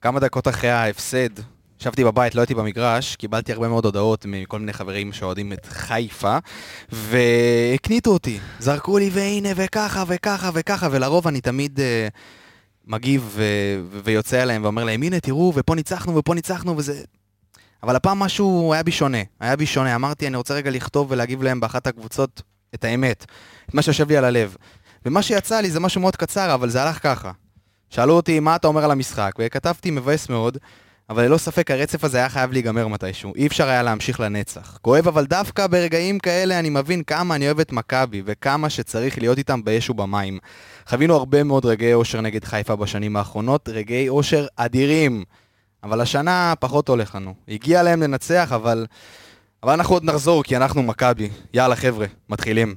כמה דקות אחרי ההפסד, ישבתי בבית, לא הייתי במגרש, קיבלתי הרבה מאוד הודעות מכל מיני חברים שאוהדים את חיפה, והקניתו אותי, זרקו לי והנה וככה וככה וככה, ולרוב אני תמיד מגיב ויוצא אליהם ואומר להם, הנה תראו, ופה ניצחנו וזה... אבל הפעם משהו היה בי שונה, אמרתי אני רוצה רגע לכתוב ולהגיב להם באחת הקבוצות את האמת, את מה שיושב לי על הלב. ומה שיצא לי זה משהו מאוד קצר, אבל זה הלך ככה. שאלו אותי מה אתה אומר על המשחק, וכתבתי מבאס מאוד, אבל ללא ספק הרצף הזה היה חייב להיגמר מתישהו, אי אפשר היה להמשיך לנצח. כואב, אבל דווקא ברגעים כאלה אני מבין כמה אני אוהב את מכבי, וכמה שצריך להיות איתם באש ובמים. חווינו הרבה מאוד רגעי אושר נגד חיפה בשנים האחרונות, רגעי אושר אדירים. אבל השנה פחות הולך לנו. הגיע להם לנצח, אבל אנחנו עוד נחזור, כי אנחנו מכבי. יאללה חבר'ה, מתחילים.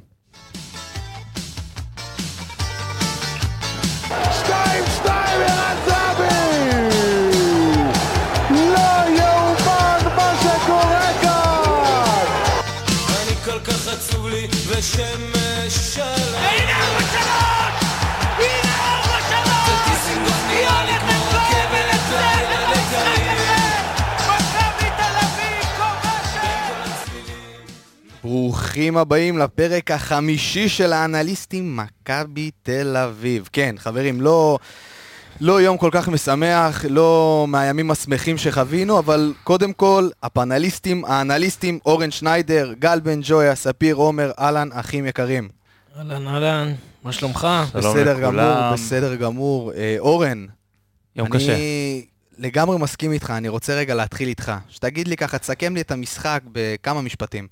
ושמש שלם הנה 4-3! הנה 4-3! היא הולכת לעבר למשחק הזה! מכבי תל אביב כובשת! ברוכים הבאים לפרק החמישי של האנליסטים מכבי תל אביב. כן, חברים, לא יום כל כך משמח, לא מהימים השמחים שחווינו, אבל קודם כל, האנליסטים, אורן שניידר, גל בן ג'ויה, ספיר עומר, אלן, אחים יקרים. אלן, מה שלומך? בסדר גמור. אורן, יום קשה. אני לגמרי מסכים איתך, אני רוצה רגע להתחיל איתך. שתגיד לי ככה, תסכם לי את המשחק בכמה משפטים.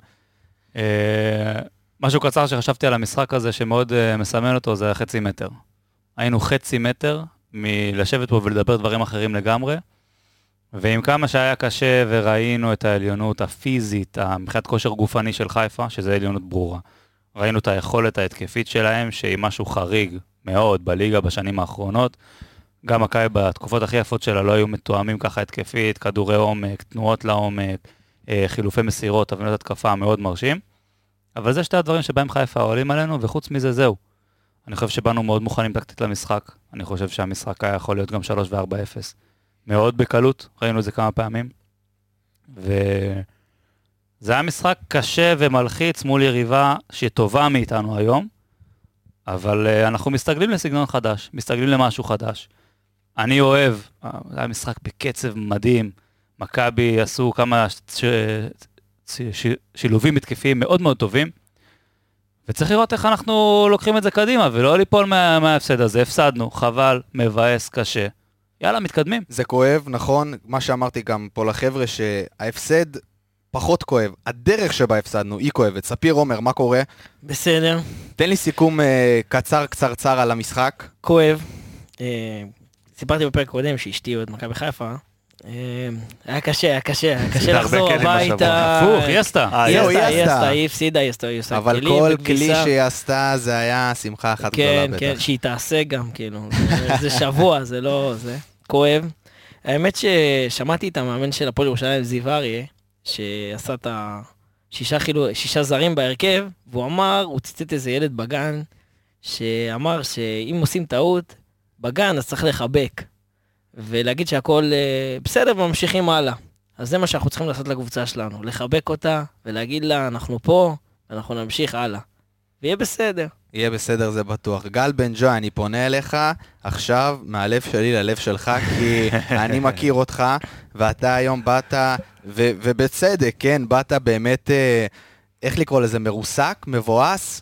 משהו קצר שחשבתי על המשחק הזה שמאוד מסמן אותו, זה חצי מטר. היינו חצי מטר מלשבת פה ולדבר דברים אחרים לגמרי, ועם כמה שהיה קשה וראינו את העליונות הפיזית, מבחינת כושר גופני של חיפה, שזה עליונות ברורה. ראינו את היכולת ההתקפית שלהם, שהיא משהו חריג מאוד בליגה בשנים האחרונות. גם מכבי בתקופות הכי יפות שלה לא היו מתואמים ככה התקפית, כדורי עומק, תנועות לעומק, חילופי מסירות, אבנות התקפה מאוד מרשים. אבל זה שתי הדברים שבהם חיפה עולים עלינו, וחוץ מזה זהו. אני חושב שבאנו מאוד מוכנים טקטית למשחק. אני חושב שהמשחק היה יכול להיות גם 3 ו-4-0. מאוד בקלות, ראינו את זה כמה פעמים. וזה היה משחק קשה ומלחיץ מול יריבה שטובה מאיתנו היום, אבל אנחנו מסתגלים לסגנון חדש, מסתגלים למשהו חדש. אני אוהב, זה היה משחק בקצב מדהים, מכבי עשו כמה שילובים מתקפיים מאוד מאוד טובים, וצריך לראות איך אנחנו לוקחים את זה קדימה, ולא ליפול מההפסד הזה. הפסדנו, חבל, מבאס, קשה. יאללה, מתקדמים. זה כואב, נכון, מה שאמרתי גם פה לחבר'ה, שההפסד פחות כואב. הדרך שבה הפסדנו היא כואבת. ספיר עומר, מה קורה? בסדר. תן לי סיכום קצר על המשחק. כואב. סיפרתי בפרק קודם שאשתי עוד מכבי חיפה. היה קשה לחזור הביתה. הפוך, היא עשתה. היא הפסידה. אבל כל כלי שהיא עשתה זה היה שמחה אחת גדולה בטח. כן, שהיא תעשה גם, כאילו. זה שבוע, זה לא זה. כואב. האמת ששמעתי את המאמן של הפועל ירושלים, זיו אריה, שעשה את 6 זרים בהרכב, והוא אמר, הוא ציטט איזה ילד בגן, שאמר שאם עושים טעות בגן, אז צריך לחבק. ולהגיד שהכל בסדר וממשיכים הלאה. אז זה מה שאנחנו צריכים לעשות לקבוצה שלנו, לחבק אותה ולהגיד לה, אנחנו פה, אנחנו נמשיך הלאה. ויהיה בסדר. יהיה בסדר, זה בטוח. גל בן ג'וי, אני פונה אליך עכשיו מהלב שלי ללב שלך, כי אני מכיר אותך, ואתה היום באת, ובצדק, כן, באת באמת, איך לקרוא לזה, מרוסק, מבואס?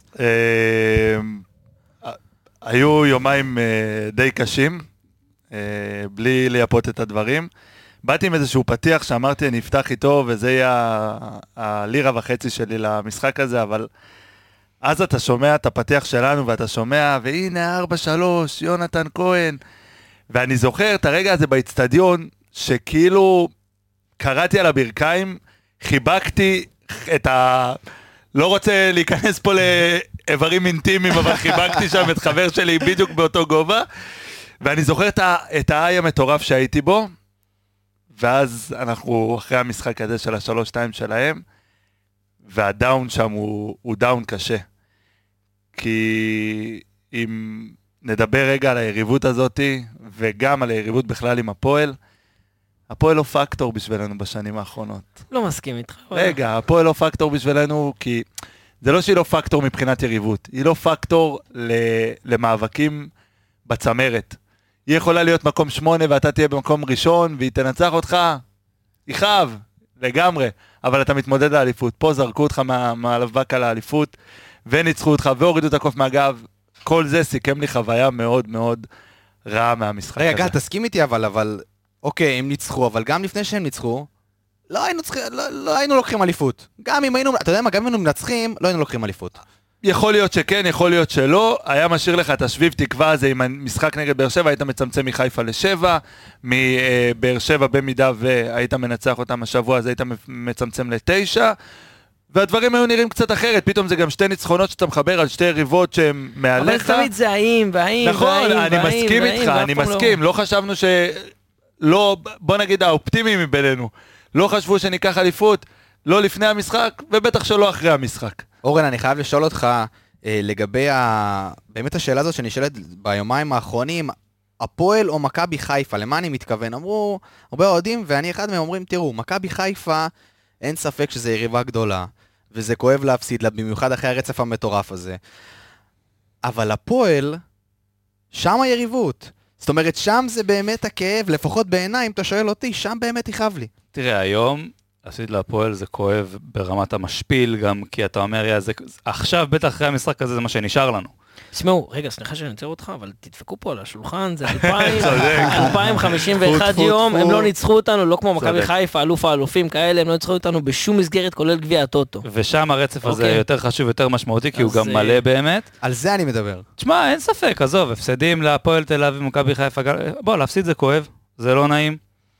היו יומיים די קשים, בלי לייפות את הדברים. באתי עם איזשהו פתיח שאמרתי אני אפתח איתו, וזה יהיה הלירה וחצי שלי למשחק הזה, אבל אז אתה שומע את הפתיח שלנו, ואתה שומע, והנה 4-3, יונתן כהן, ואני זוכר את הרגע הזה באצטדיון, שכאילו קראתי על הברכיים, חיבקתי את לא רוצה להיכנס פה לאיברים אינטימיים, אבל חיבקתי שם את חבר שלי בדיוק באותו גובה, ואני זוכר את האי המטורף שהייתי בו, ואז אנחנו אחרי המשחק הזה של 3-2 שלהם, והדאון שם הוא דאון קשה. כי אם נדבר רגע על היריבות הזאת, וגם על היריבות בכלל עם הפועל, הפועל לא פקטור בשבילנו בשנים האחרונות. לא מסכים איתך. רגע, הפועל לא פקטור בשבילנו, כי זה לא שהיא לא פקטור מבחינת יריבות, היא לא פקטור למאבקים בצמרת. היא יכולה להיות מקום 8 ואתה תהיה במקום ראשון, והיא תנצח אותך, יכאב, לגמרי, אבל אתה מתמודד לאליפות. פה זרקו אותך מהלבק על האליפות, וניצחו אותך, והורידו את הקוף מהגב. כל זה סיכם לי חוויה מאוד מאוד רעה מהמשחק הזה. רגע, תסכים איתי אבל, אוקיי, הם ניצחו, אבל גם לפני שהם ניצחו, לא היינו לוקחים אליפות. גם אם היינו, אתה יודע מה, גם אם היינו מנצחים, לא היינו לוקחים אליפות. יכול להיות שכן, יכול להיות שלא, היה משאיר לך את השביב תקווה הזה עם המשחק נגד באר שבע, היית מצמצם מחיפה ל7, מבאר שבע במידה והיית מנצח אותם השבוע, אז היית מצמצם ל9, והדברים היו נראים קצת אחרת, פתאום זה גם שתי ניצחונות שאתה מחבר על שתי יריבות שהן מעליך. אבל תמיד זה האם, נכון, אני מסכים איתך, אני מסכים, לא חשבנו לא, בוא נגיד האופטימיים מבינינו, לא חשבו שניקח אליפות, לא לפני המשחק, ובטח שלא אחרי המשחק. אורן, אני חייב לשאול אותך לגבי באמת השאלה הזאת שנשאלת ביומיים האחרונים, הפועל או מכבי חיפה, למה אני מתכוון? אמרו הרבה אוהדים, ואני אחד מהם אומרים, תראו, מכבי חיפה, אין ספק שזה יריבה גדולה, וזה כואב להפסיד לה, במיוחד אחרי הרצף המטורף הזה. אבל הפועל, שם היריבות. זאת אומרת, שם זה באמת הכאב, לפחות בעיניי, אם אתה שואל אותי, שם באמת יכאב לי. תראה, היום עשית להפועל זה כואב ברמת המשפיל, גם כי אתה אומר, עכשיו בטח אחרי המשחק הזה זה מה שנשאר לנו. תשמעו, רגע, סליחה שאני אצר אותך, אבל תדפקו פה על השולחן, זה 2051 יום, הם לא ניצחו אותנו, לא כמו מכבי חיפה, אלוף האלופים כאלה, הם לא ניצחו אותנו בשום מסגרת, כולל גביע הטוטו. ושם הרצף הזה יותר חשוב, יותר משמעותי, כי הוא גם מלא באמת. על זה אני מדבר. תשמע, אין ספק, עזוב, הפסדים להפועל תל אביב, מכבי חיפה, בוא, להפסיד זה כואב, זה לא נעים.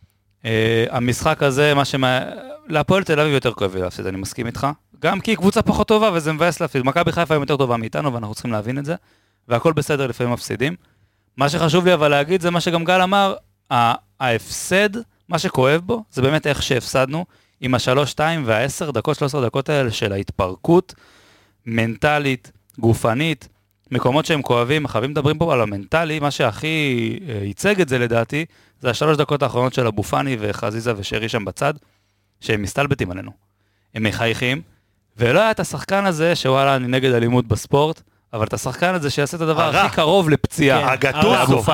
המשחק הזה, להפועל תל אביב יותר כואב להפסיד, אני מסכים איתך. גם כי היא קבוצה פחות טובה וזה מבאס להפסיד. מכבי חיפה היא יותר טובה מאיתנו ואנחנו צריכים להבין את זה. והכל בסדר, לפעמים מפסידים. מה שחשוב לי אבל להגיד זה מה שגם גל אמר, ההפסד, מה שכואב בו, זה באמת איך שהפסדנו, עם ה3-2 וה10 דקות, 13 דקות האלה של ההתפרקות, מנטלית, גופנית, מקומות שהם כואבים, חייבים מדברים פה על המנטלי, מה שהכי ייצג את זה לדעתי, זה 3 דקות האחרונות של אבו פאני וחזיזה ושרי שם בצד, שהם מסתלבטים עלינו. הם מחייכים, ולא היה את השחקן הזה, שוואלה, אני נגד אלימות בספורט, אבל את השחקן הזה שיעשה את הדבר הכי קרוב לפציעה, הגטוסו,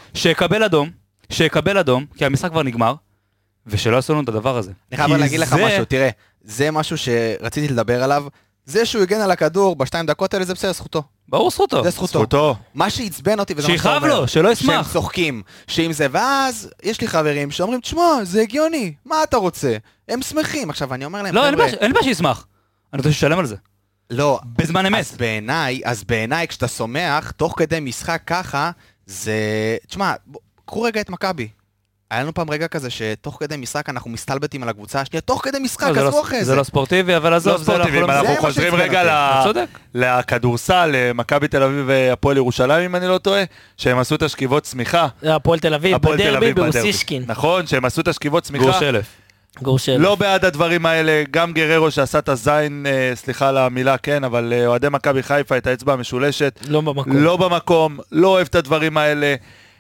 שיקבל אדום, כי המשחק כבר נגמר, ושלא יעשו לנו את הדבר הזה. אני חייב להגיד לך משהו, תראה, זה משהו שרציתי לדבר עליו, זה שהוא הגן על הכדור בשתיים דקות האלה, זה בסדר, זכותו. ברור זכותו. זה זכותו. מה שעצבן אותי, וזה מה שאתה אומר. שיחב לו, שלא ישמח. שהם צוחקים, שעם זה, ואז יש לי חברים שאומרים, תשמע, זה הגיוני, מה אתה רוצה? הם שמחים. עכשיו, אני אומר להם, לא, אין בעיה שישמח. אני רוצה לשלם על זה. לא. בזמן אמת. אז בעיניי, כשאתה שומח, תוך כדי משחק ככה, זה... תשמע, קחו רגע את מכבי. היה לנו פעם רגע כזה שתוך כדי משחק אנחנו מסתלבטים על הקבוצה השנייה, תוך כדי משחק, עזבו אחרי זה. זה לא ספורטיבי, אבל עזוב, לא ספורטיבי, אנחנו חוזרים רגע לכדורסל, למכבי תל אביב והפועל ירושלים, אם אני לא טועה, שהם עשו את השכיבות צמיחה. הפועל תל אביב, בדרבי, באוסישקין. נכון, שהם עשו את השכיבות צמיחה. גורש אלף. לא בעד הדברים האלה, גם גררו שעשה את הזין, סליחה על המילה, כן, אבל אוהדי מכבי חיפה, את האצבע המשולשת. לא במקום, לא אוהב את הדברים האלה.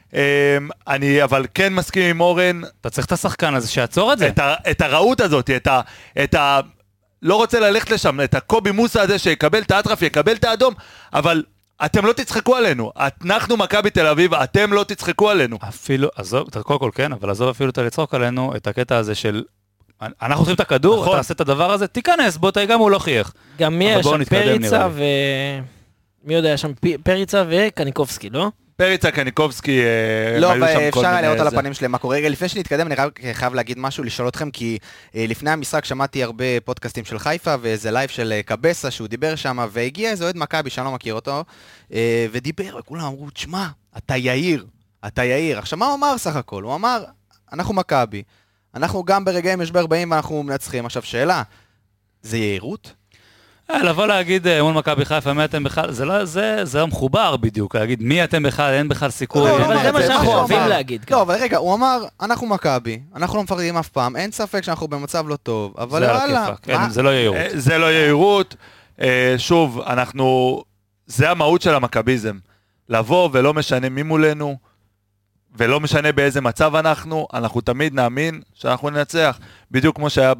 אני אבל כן מסכים עם אורן. אתה צריך את השחקן הזה שיעצור את זה. את הרעות הזאת, לא רוצה ללכת לשם, את הקובי מוסה הזה שיקבל את האטרף, יקבל את האדום, אבל אתם לא תצחקו עלינו. אנחנו מכבי תל אביב, אתם לא תצחקו עלינו. אפילו, עזוב, קודם כל כן, אבל עזוב אפילו את לצחוק עלינו, את הקטע הזה של אנחנו צריכים את הכדור, אתה עושה את הדבר הזה, תיכנס, בוא גם הוא לא חייך. גם מי היה שם פריצה מי יודע, שם פריצה וקניקובסקי, לא? פריצה, קניקובסקי, לא, אפשר לראות על הפנים שלהם מה קורה. רגע, לפני שנתקדם, אני חייב להגיד משהו, לשאול אתכם, כי לפני המשחק שמעתי הרבה פודקאסטים של חיפה, ואיזה לייב של קבסה שהוא דיבר שם, והגיע איזה אוהד מכבי, שאני לא מכיר אותו, ודיבר, וכולם אמרו, תשמע, אתה יאיר. עכשיו, מה הוא אמר סך הכל? הוא אמר, אנחנו מכבי, אנחנו גם ברגעי משבר באים ואנחנו מנצחים. עכשיו, שאלה, זה יאירות? לבוא להגיד מול מכבי חיפה, מי אתם בכלל, זה המחובר בדיוק, להגיד מי אתם בכלל, אין בכלל סיכוי. אבל זה מה שאנחנו אוהבים להגיד. לא, אבל רגע, הוא אמר, אנחנו מכבי, אנחנו לא מפחדים אף פעם, אין ספק שאנחנו במצב לא טוב, אבל וואלה. זה לא יאירות. זה לא יאירות, שוב, זה המהות של המכביזם, לבוא ולא משנה מי מולנו, ולא משנה באיזה מצב אנחנו תמיד נאמין שאנחנו ננצח. בדיוק כמו שהיה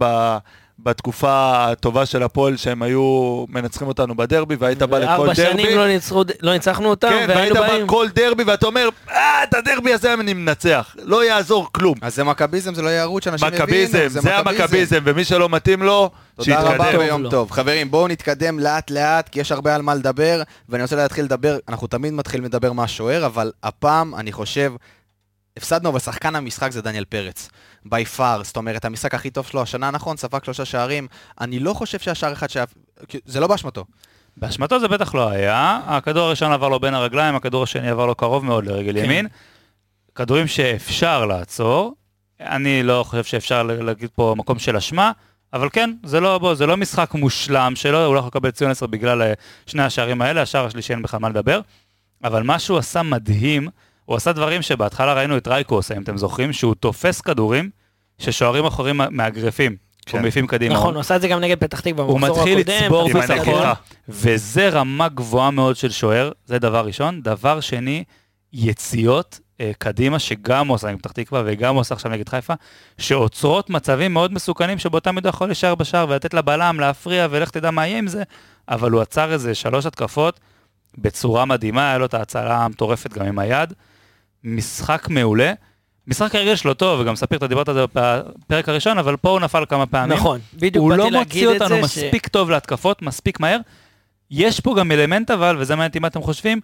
בתקופה הטובה של הפועל, שהם היו מנצחים אותנו בדרבי, והיית בא לכל דרבי. 4 שנים לא ניצחנו אותם, כן, והיית בא כל דרבי, ואתה אומר, את הדרבי הזה אני מנצח, לא יעזור כלום. אז זה מכביזם, זה לא יערות שאנשים יבינו. מכביזם, זה המכביזם, ומי שלא מתאים לו, תודה רבה שיתקדם. ויום טוב. חברים, בואו נתקדם לאט לאט, כי יש הרבה על מה לדבר, ואני רוצה להתחיל לדבר, אנחנו תמיד מתחילים לדבר מהשוער, אבל הפעם אני חושב, הפסדנו, אבל שחקן המשחק זה דניאל פרץ. by far, זאת אומרת, המשחק הכי טוב שלו השנה, נכון, ספק 3 שערים, אני לא חושב שהשער אחד זה לא באשמתו. באשמתו זה בטח לא היה, הכדור הראשון עבר לו בין הרגליים, הכדור השני עבר לו קרוב מאוד לרגל ימין, כדורים שאפשר לעצור, אני לא חושב שאפשר להגיד פה מקום של אשמה, אבל כן, זה לא משחק מושלם שלו, הוא לא יכול לקבל ציון 10 בגלל שני השערים האלה, השער השלישי אין בכלל מה לדבר, אבל מה שהוא עשה מדהים, הוא עשה דברים שבהתחלה ראינו את רייקו עושה, אם אתם זוכרים, שהוא תופס כדורים ששוערים אחורים מהגרפים, ומעיפים קדימה. נכון, הוא עשה את זה גם נגד פתח תקווה במחזור הקודם. הוא מתחיל לצבור ביטחון, וזה רמה גבוהה מאוד של שוער, זה דבר ראשון. דבר שני, יציאות קדימה, שגם הוא עושה נגד פתח תקווה, וגם הוא עושה עכשיו נגד חיפה, שעוצרות מצבים מאוד מסוכנים, שבאותם מידה יכול להישאר בשער, ולתת לבלם, להפריע, ולך תדע מה יהיה עם זה, אבל הוא עצר איזה 3 התקפות, בצורה מדהימה, היה לו את ההצלה המטורפת גם עם היד, משחק מעולה, משחק הרגל שלו טוב, וגם ספיר, אתה דיברת על זה בפרק הראשון, אבל פה הוא נפל כמה פעמים. נכון, בדיוק הוא באתי לא להגיד מוציא את זה. אותנו מספיק טוב להתקפות, מספיק מהר. יש פה גם אלמנט אבל, וזה מעניין אם אתם חושבים,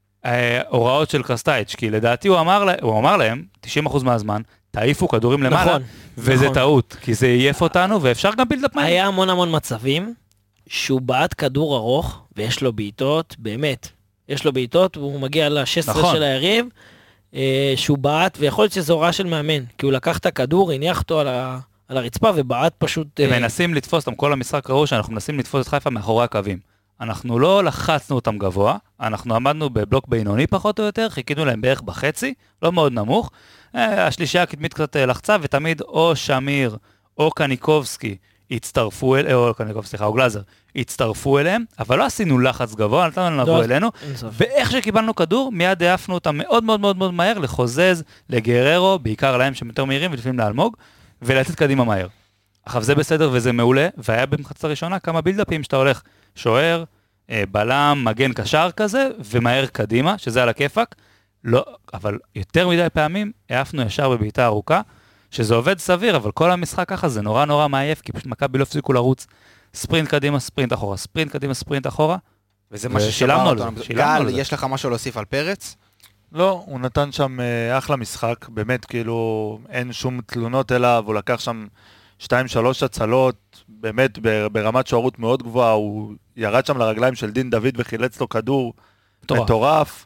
הוראות של קרסטייץ', כי לדעתי הוא אמר להם, 90% מהזמן, תעיפו כדורים למעלה, נכון, וזה נכון. טעות, כי זה עייף אותנו, ואפשר גם בילדאפ מהר. היה המון מצבים, שהוא בעט כדור ארוך, ויש לו בעיטות, באמת, יש לו בעיטות, והוא מגיע ל-16 נכון. של היריב, שהוא בעט, ויכול להיות שזו הוראה של מאמן, כי הוא לקח את הכדור, הניח אותו על הרצפה, ובעט פשוט... הם מנסים לתפוס אותם, כל המשחק ראו שאנחנו מנסים לתפוס את חיפה מאחורי הקווים. אנחנו לא לחצנו אותם גבוה, אנחנו עמדנו בבלוק בינוני פחות או יותר, חיכינו להם בערך בחצי, לא מאוד נמוך. השלישייה הקדמית קצת לחצה, ותמיד או שמיר או קניקובסקי הצטרפו או גלאזר הצטרפו אליהם, אבל לא עשינו לחץ גבוה, נתנו לנו לבוא אלינו, ואיך שקיבלנו כדור, מיד העפנו אותם מאוד מאוד מאוד מאוד מהר, לחוזז, לגררו, בעיקר להם שהם יותר מהירים ולפעמים לאלמוג, ולתת קדימה מהר. עכשיו זה בסדר וזה מעולה, והיה במחצית הראשונה כמה בילדאפים שאתה הולך שוער, בלם, מגן קשר כזה, ומהר קדימה, שזה על הכיפק, לא, אבל יותר מדי פעמים העפנו ישר בבעיטה ארוכה, שזה עובד סביר, אבל כל המשחק ככה זה נורא נורא מעייף, כי פשוט מכבי לא הפסיקו לרוץ, ספרינט קדימה, ספרינט אחורה, ספרינט קדימה, ספרינט אחורה, וזה מה ששילמנו אותנו. גל, יש לך משהו להוסיף על פרץ? לא, הוא נתן שם אחלה משחק, באמת כאילו אין שום תלונות אליו, הוא לקח שם 2-3 הצלות, באמת ברמת שוערות מאוד גבוהה, הוא ירד שם לרגליים של דין דוד וחילץ לו כדור מטורף,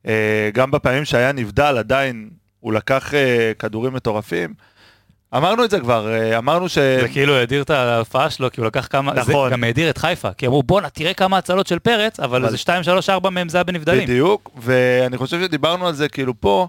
גם בפעמים שהיה נבדל עדיין הוא לקח כדורים מטורפים, אמרנו את זה כבר, אמרנו ש... זה כאילו הדיר את ההופעה שלו, כי הוא לקח כמה... נכון. זה גם הדיר את חיפה, כי אמרו בוא תראה כמה הצלות של פרץ, אבל זה 2, 3, 4 מהם זה היה בנבדלים. בדיוק, ואני חושב שדיברנו על זה כאילו פה,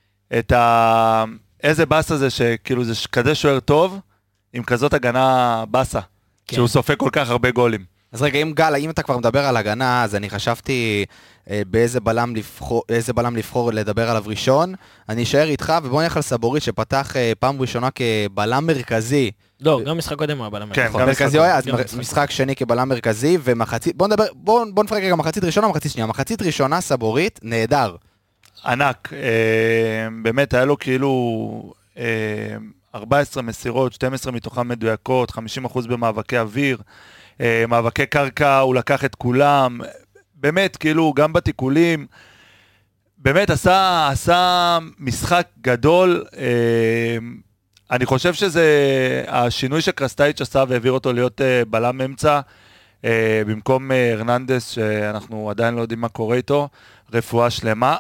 איזה בסה זה שכאילו זה כזה שוער טוב, עם כזאת הגנה בסה, כן. שהוא סופק כל כך הרבה גולים. אז רגע, אם אתה כבר מדבר על הגנה, אז אני חשבתי באיזה בלם לבחור לדבר עליו ראשון, אני אשאר איתך, ובוא נלך על סבורית שפתח פעם ראשונה כבלם מרכזי. לא, גם משחק קודם הוא הבלם כן, מרכזי. גם מרכזי הוא היה, אז גם משחק שני כבלם מרכזי, ומחצית, בוא נפרק רגע מחצית ראשונה, מחצית שנייה. מחצית ראשונה סבורית, נהדר. ענק, באמת היה לו כאילו 14 מסירות, 12 מתוכם מדויקות, 50% במאבקי אוויר, מאבקי קרקע, הוא לקח את כולם, באמת כאילו גם בתיקולים, באמת עשה משחק גדול, אני חושב שזה השינוי שקרסטייץ' עשה והעביר אותו להיות בלם אמצע, במקום הרננדס שאנחנו עדיין לא יודעים מה קורה איתו, רפואה שלמה.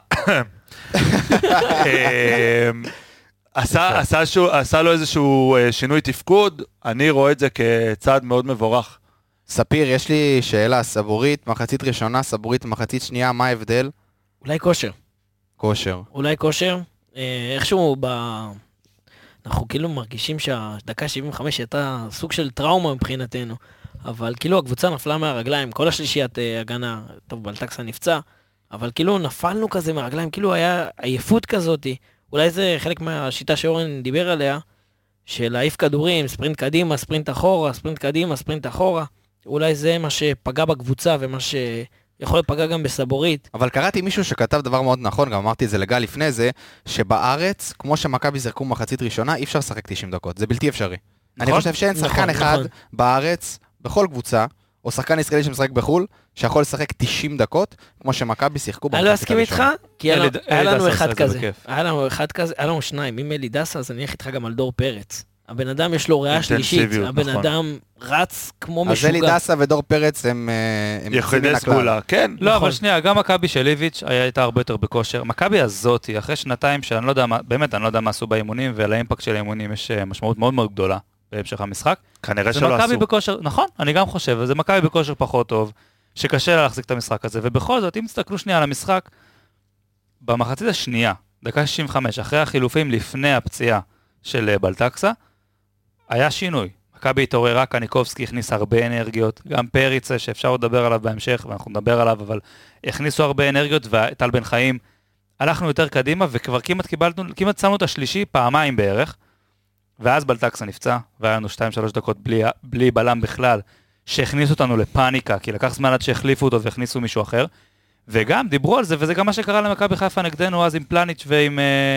עשה לו איזשהו שינוי תפקוד, אני רואה את זה כצעד מאוד מבורך. ספיר, יש לי שאלה, סבורית, מחצית ראשונה, סבורית, מחצית שנייה, מה ההבדל? אולי כושר. כושר. אולי כושר. איכשהו אנחנו כאילו מרגישים שהדקה 75 הייתה סוג של טראומה מבחינתנו, אבל כאילו הקבוצה נפלה מהרגליים, כל השלישיית הגנה, טוב, בלטקסה נפצע, אבל כאילו נפלנו כזה מהרגליים, כאילו היה עייפות כזאת, אולי זה חלק מהשיטה שאורן דיבר עליה, של להעיף כדורים, ספרינט קדימה, ספרינט אחורה, ספרינט קדימה, ספרינט אחורה. אולי זה מה שפגע בקבוצה ומה שיכול לפגע גם בסבורית. אבל קראתי מישהו שכתב דבר מאוד נכון, גם אמרתי את זה לגל לפני זה, שבארץ, כמו שמכבי זרקו מחצית ראשונה, אי אפשר לשחק 90 דקות, זה בלתי אפשרי. אני חושב שאין שחקן אחד בארץ, בכל קבוצה, או שחקן ישראלי שמשחק בחול, שיכול לשחק 90 דקות, כמו שמכבי שיחקו אני לא במחצית אסכים איתך, הראשונה. כי היה לנו אחד כזה. בכיף. היה לנו שניים. אם אלי דסה, אז אני אלך איתך גם על דור פרץ. הבן אדם יש לו ריאה שלישית. אינטנסיביות, הבן נכון. אדם רץ כמו אז משוגע. אלי דסה ודור פרץ הם יוצאים מן יחדי הכלל. סגולה, כן. לא, אבל שנייה, גם מכבי של ליביץ' הייתה הרבה יותר בכושר. מכבי הזאת, אחרי שנתיים שאני לא יודע מה, באמת, אני לא יודע מה עשו באימונים, ועל האימפקט של האימונים יש משמעות מאוד מאוד גדולה בהמשך המשחק. כנראה זה שלא מכבי עשו. בכושר, נכון, אני גם חושב, זה מכבי בכושר פחות טוב, שקשה לה להחזיק את המשחק הזה, ובכל זאת, אם תסתכלו שנייה על המשחק, במחצית השנייה, דקה 65, אחרי החילופים לפני הפציעה של בלטקסה, היה שינוי. מכבי התעוררה, קניקובסקי הכניס הרבה אנרגיות, גם פריצה שאפשר לדבר עליו בהמשך, ואנחנו נדבר עליו, אבל הכניסו הרבה אנרגיות, וטל בן חיים, הלכנו יותר קדימה, וכבר כמעט שמנו את השלישי פעמיים בערך, ואז בלטקסה נפצע, והיה לנו 2-3 דקות בלי בלם בכלל, שהכניס אותנו לפאניקה, כי לקח זמן עד שהחליפו אותו והכניסו מישהו אחר, וגם דיברו על זה, וזה גם מה שקרה למכבי חיפה נגדנו אז עם פלניץ' ועם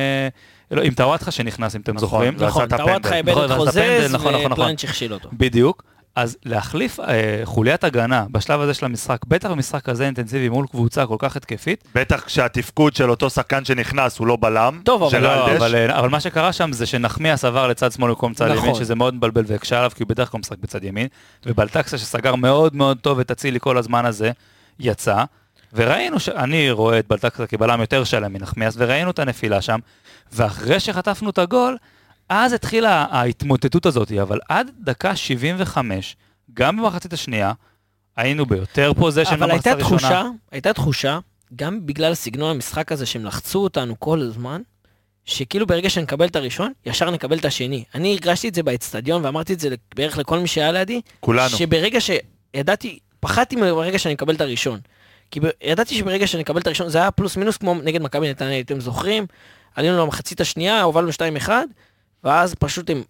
עם טאואטחה שנכנס, אם אתם זוכרים. נכון, טאואטחה איבד את חוזז, ופלניץ' הכשיל אותו. בדיוק. אז להחליף חוליית הגנה בשלב הזה של המשחק, בטח במשחק כזה אינטנסיבי מול קבוצה כל כך התקפית. בטח כשהתפקוד של אותו שחקן שנכנס הוא לא בלם. טוב, של אלדש. אבל מה שקרה שם זה שנחמיאס עבר לצד שמאל במקום צד ימין, שזה מאוד מבלבל והקשה עליו, כי הוא בדרך כלל משחק בצד ימין, ובלטקסה שסגר מאוד מאוד טוב את אצילי כל הזמן הזה, יצא, וראינו שאני רואה את בלטקסה כבלם יותר שלם מנחמיאס, וראינו את הנפילה שם, ואחרי שחטפנו את הגול, אז התחילה ההתמוטטות הזאת, אבל עד דקה 75, גם במחצית השנייה, היינו ביותר פוזיישן במחצית הראשונה. אבל הייתה תחושה, גם בגלל סגנון המשחק הזה שהם לחצו אותנו כל הזמן, שכאילו ברגע שנקבל את הראשון, ישר נקבל את השני. אני הרגשתי את זה באצטדיון, ואמרתי את זה בערך לכל מי שהיה לידי, כולנו. שברגע שידעתי, פחדתי ברגע שאני אקבל את הראשון. כי ידעתי שברגע שאני אקבל את הראשון, זה היה פלוס מינוס כמו נגד מכבי נתניה, אתם זוכרים? עלינו למחצית השנייה, הובלנו 2-1, ואז פשוט הם,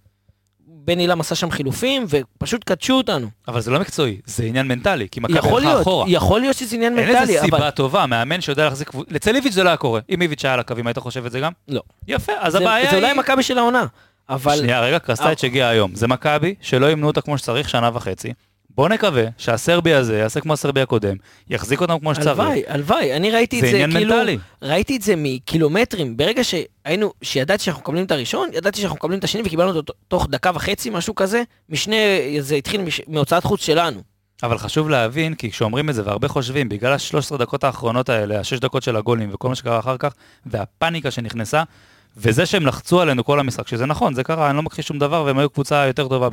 בן אילם עשה שם חילופים, ופשוט קדשו אותנו. אבל זה לא מקצועי, זה עניין מנטלי, כי מכבי הלכה אחורה. יכול להיות שזה עניין מנטלי, אין איזה סיבה טובה, מאמן שיודע להחזיק... לצליביץ' זה לא היה קורה. אם איביץ' היה על הקווים, היית חושב את זה גם? לא. יפה, אז הבעיה היא... זה אולי מכבי של העונה, אבל... שנייה, רגע, קרסטייץ' הגיע היום. זה מכבי שלא ימנו אותה כמו שצריך 1.5 שנה. בוא נקווה שהסרבי הזה יעשה כמו הסרבי הקודם, יחזיק אותם כמו שצריך. הלוואי, אני ראיתי את זה עניין כאילו, מנטלי. ראיתי את זה מקילומטרים, ברגע שידעתי שאנחנו מקבלים את הראשון, ידעתי שאנחנו מקבלים את השני וקיבלנו אותו תוך 1.5 משהו כזה, זה התחיל מהוצאת חוץ שלנו. אבל חשוב להבין, כי כשאומרים את זה, והרבה חושבים, בגלל ה-13 דקות האחרונות האלה, ה-6 דקות של הגולים וכל מה שקרה אחר כך, והפאניקה שנכנסה, וזה שהם לחצו עלינו כל המשחק, שזה נכון, זה קרה, אני לא מכחיש שום דבר, והם היו קבוצה יותר טובה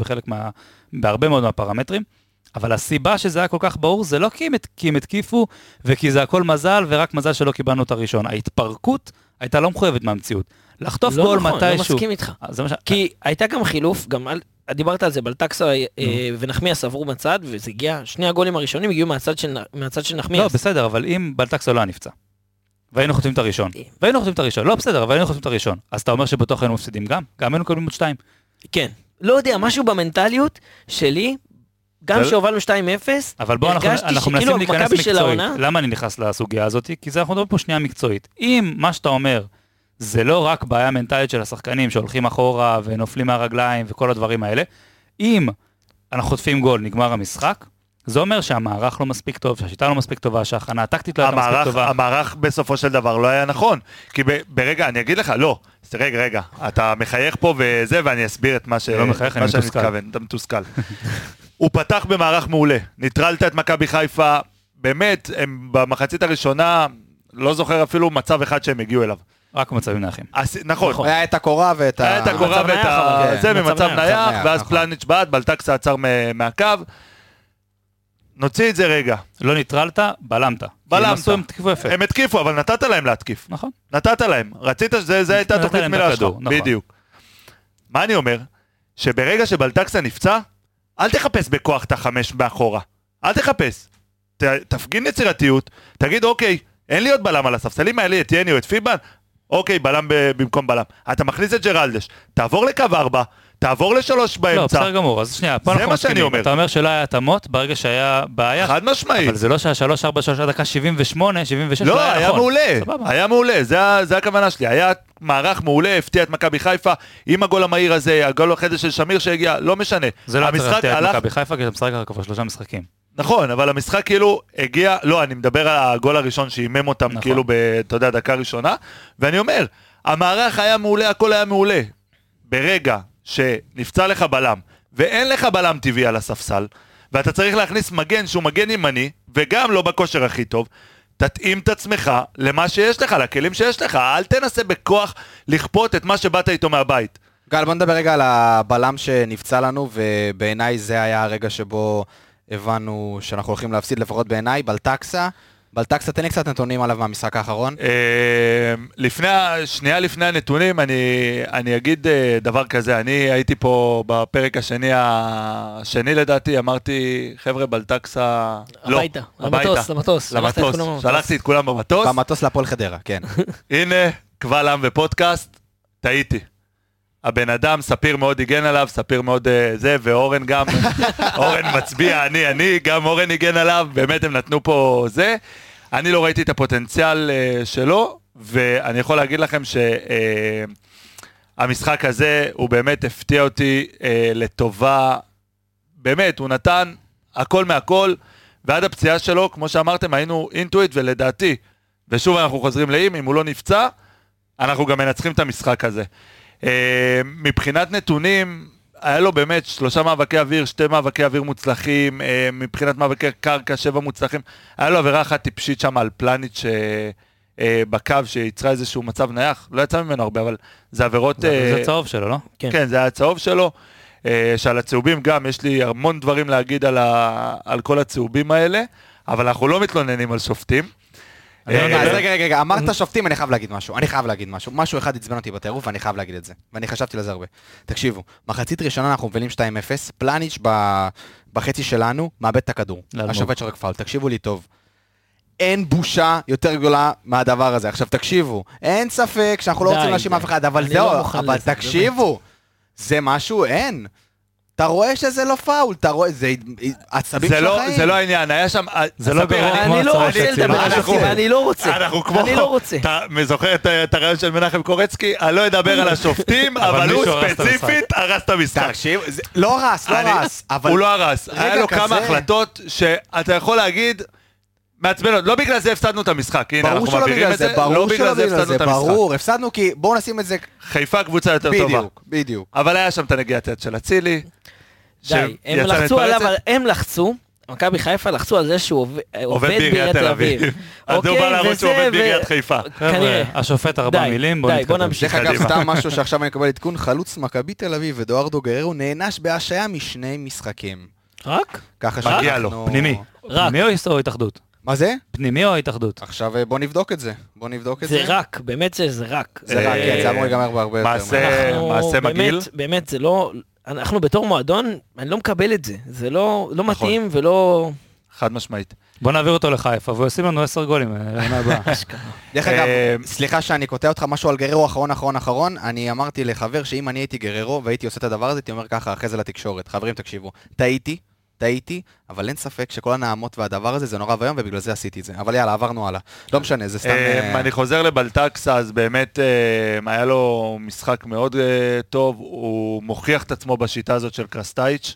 בהרבה מאוד מהפרמטרים, אבל הסיבה שזה היה כל כך ברור, זה לא כי הם התקיפו, וכי זה הכל מזל, ורק מזל שלא קיבלנו את הראשון. ההתפרקות הייתה לא מחויבת מהמציאות. לחטוף גול מתישהו. לא מסכים איתך. כי הייתה גם חילוף, גם דיברת על זה, בלטקסה ונחמיאס עברו בצד, וזה הגיע, שני הגולים הראשונים הגיעו מהצד של נחמיאס. לא, בסדר, אבל אם בלטקסה לא היה נפצע, והיינו חוטפים את הראשון, לא בסדר, אבל היינו חוטפים את הראשון, אז אתה אומר שבתוך היינו מפסידים גם היינו קובלים עוד 2. כן. לא יודע, משהו במנטליות שלי, גם שהובלנו 2-0, אבל בואו אנחנו מנסים להיכנס מקצועית. למה אני נכנס לסוגיה הזאת? כי אנחנו מדברים פה שנייה מקצועית. אם מה שאתה אומר, זה לא רק בעיה מנטלית של השחקנים שהולכים אחורה ונופלים מהרגליים וכל הדברים האלה, אם אנחנו חוטפים גול, נגמר המשחק, זה אומר שהמערך לא מספיק טוב, שהשיטה לא מספיק טובה, שההכנה הטקטית לא הייתה מספיק טובה. המערך בסופו של דבר לא היה נכון, כי ברגע, אני אגיד לך, לא, רגע, אתה מחייך פה וזה, ואני אסביר את מה שאני מתכוון, אתה מתוסכל. הוא פתח במערך מעולה, ניטרלת את מכבי חיפה, באמת, הם במחצית הראשונה, לא זוכר אפילו מצב אחד שהם הגיעו אליו. רק מצבים נייחים. נכון. היה את הקורה ואת ה... היה את הקורה ואת זה, ממצב נייח, ואז פלניץ' בעד, בלטקסה עצר מהקו. נוציא את זה רגע. לא ניטרלת, בלמת. הם התקיפו, אבל נתת להם להתקיף. נכון. נתת להם. רצית, זה הייתה תוכנית מילה שלך. בדיוק. מה אני אומר? שברגע שבלטקסה נפצע, אל תחפש בכוח את ה5 מאחורה. אל תחפש. תפגין יצירתיות, תגיד, אוקיי, אין לי עוד בלם על הספסלים האלה, את יני או את פיבן, אוקיי, בלם במקום בלם. אתה מכניס את ג'רלדש, תעבור לקו 4, תעבור ל3 באמצע. לא, בסדר גמור, אז שנייה, פה אנחנו מסכימים. אתה אומר שלא היה התאמות ברגע שהיה בעיה. חד משמעית. אבל זה לא שה3, 4, 3, דקה 78, 76, לא, היה היה נכון. מעולה. סבבה. היה מעולה, זה הכוונה שלי. היה מערך מעולה, הפתיע את מכבי חיפה, עם הגול המהיר הזה, הגול אחרי זה של שמיר שהגיע, לא משנה. זה לא צריך להפתיע את הלך- מכבי חיפה, כי אתה משחק רק כבר 3 משחקים. נכון, אבל המשחק כאילו הגיע, לא, אני מדבר על הגול הראשון שאימם אותם נכון. כאילו, אתה יודע, דקה ראשונה, ואני אומר, המערך היה מעולה, הכל היה מעולה. ברגע שנפצע לך בלם, ואין לך בלם טבעי על הספסל, ואתה צריך להכניס מגן שהוא מגן ימני, וגם לא בכושר הכי טוב, תתאים את עצמך למה שיש לך, לכלים שיש לך, אל תנסה בכוח לכפות את מה שבאת איתו מהבית. גל, בוא נדבר רגע על הבלם שנפצע לנו, ובעיניי זה היה הרגע שבו הבנו שאנחנו הולכים להפסיד, לפחות בעיניי, בלטקסה. בלטקסה, תן לי קצת נתונים עליו מהמשחק האחרון. שנייה לפני הנתונים, אני אגיד דבר כזה, אני הייתי פה בפרק השני לדעתי, אמרתי, חבר'ה, בלטקסה, לא, הביתה, למטוס. שלחתי את כולם במטוס, במטוס להפועל חדרה, כן. הנה, קבל עם ופודקאסט, טעיתי. הבן אדם, ספיר מאוד הגן עליו, ספיר מאוד זה, ואורן גם, אורן מצביע, אני, גם אורן הגן עליו, באמת הם נתנו פה זה. אני לא ראיתי את הפוטנציאל שלו, ואני יכול להגיד לכם שהמשחק הזה, הוא באמת הפתיע אותי לטובה, באמת, הוא נתן הכל מהכל, ועד הפציעה שלו, כמו שאמרתם, היינו אינטואיט, ולדעתי, ושוב אנחנו חוזרים לאם, אם הוא לא נפצע, אנחנו גם מנצחים את המשחק הזה. מבחינת נתונים, היה לו באמת 3 מאבקי אוויר, 2 מאבקי אוויר מוצלחים, מבחינת מאבקי קרקע, 7 מוצלחים, היה לו עבירה אחת טיפשית שם על פלניץ' בקו שיצרה איזשהו מצב נייח, לא יצא ממנו הרבה, אבל זה עבירות... זה צהוב שלו, לא? כן, זה היה צהוב שלו, שעל הצהובים גם, יש לי המון דברים להגיד על כל הצהובים האלה, אבל אנחנו לא מתלוננים על שופטים. אז רגע, אמרת שופטים, אני חייב להגיד משהו. משהו אחד עצבן אותי בטירוף, ואני חייב להגיד את זה. ואני חשבתי לזה הרבה. תקשיבו, מחצית ראשונה אנחנו מובילים 2-0, פלניץ' בחצי שלנו, מאבד את הכדור. השופט שורק פאול, תקשיבו לי טוב. אין בושה יותר גדולה מהדבר הזה. עכשיו תקשיבו, אין ספק שאנחנו לא רוצים להאשים אף אחד, אבל זהו, אבל תקשיבו, זה משהו, אין. אתה רואה שזה לא פאול, אתה רואה, זה עצבים של החיים. זה לא העניין, היה שם... זה לא גרוע כמו אני לא הצהרה רוצה שצילם. לדבר על השופטים, אני לא רוצה. אנחנו כמו... אני לא רוצה. אתה זוכר את הרעיון של מנחם קורצקי? אני לא אדבר על השופטים, אבל הוא מישהו הרס את ספציפית הרס את המשחק. תקשיב, לא הרס, אבל... הוא לא הרס. היה לו כמה החלטות שאתה יכול להגיד... מעצבנות, לא בגלל זה הפסדנו את המשחק, הנה אנחנו מבהירים את זה, לא בגלל זה הפסדנו את המשחק. ברור, הפסדנו כי בואו נשים את זה... חיפה קבוצה יותר טובה. בדיוק. אבל היה שם את הנגיעת יד של אצילי. די, הם לחצו עליו, הם לחצו, מכבי חיפה לחצו על זה שהוא עובד בעיריית תל אביב. אז הוא בא להראות שהוא עובד בעיריית חיפה. כנראה. השופט 4 מילים, בוא די, בוא נתקדם. נמשיך. דרך אגב, סתם משהו שעכשיו אני מקבל עדכון, חלוץ מכבי תל אביב ודוארדו גררו נענש בהשעיה משני משחקים. רק? ככה מגיע לו. שאנחנו... פנימי. רק. פנימי או התאחדות? מה זה? פנימי או התאחדות? עכשיו בוא נבדוק את זה. זה רק, באמת שזה רק. זה רק, כן, זה אמור להיגמר בהרבה יותר. מעשה מגעיל. באמת, זה לא... אנחנו בתור מועדון, אני לא מקבל את זה. זה לא מתאים ולא... חד משמעית. בוא נעביר אותו לחיפה, והוא ישים לנו 10 גולים, לעונה הבאה. דרך אגב, סליחה שאני קוטע אותך משהו על גררו אחרון, אני אמרתי לחבר שאם אני הייתי גררו והייתי עושה את הדבר הזה, הייתי אומר ככה אחרי זה לתקשורת. חברים, תקשיבו, טעיתי, אבל אין ספק שכל הנעמות והדבר הזה זה נורא ויום, ובגלל זה עשיתי את זה. אבל יאללה, עברנו הלאה. לא משנה, זה סתם... אני חוזר לבלטקסה, אז באמת היה לו משחק מאוד טוב, הוא מוכיח את עצמו בשיטה הזאת של קרסטייץ',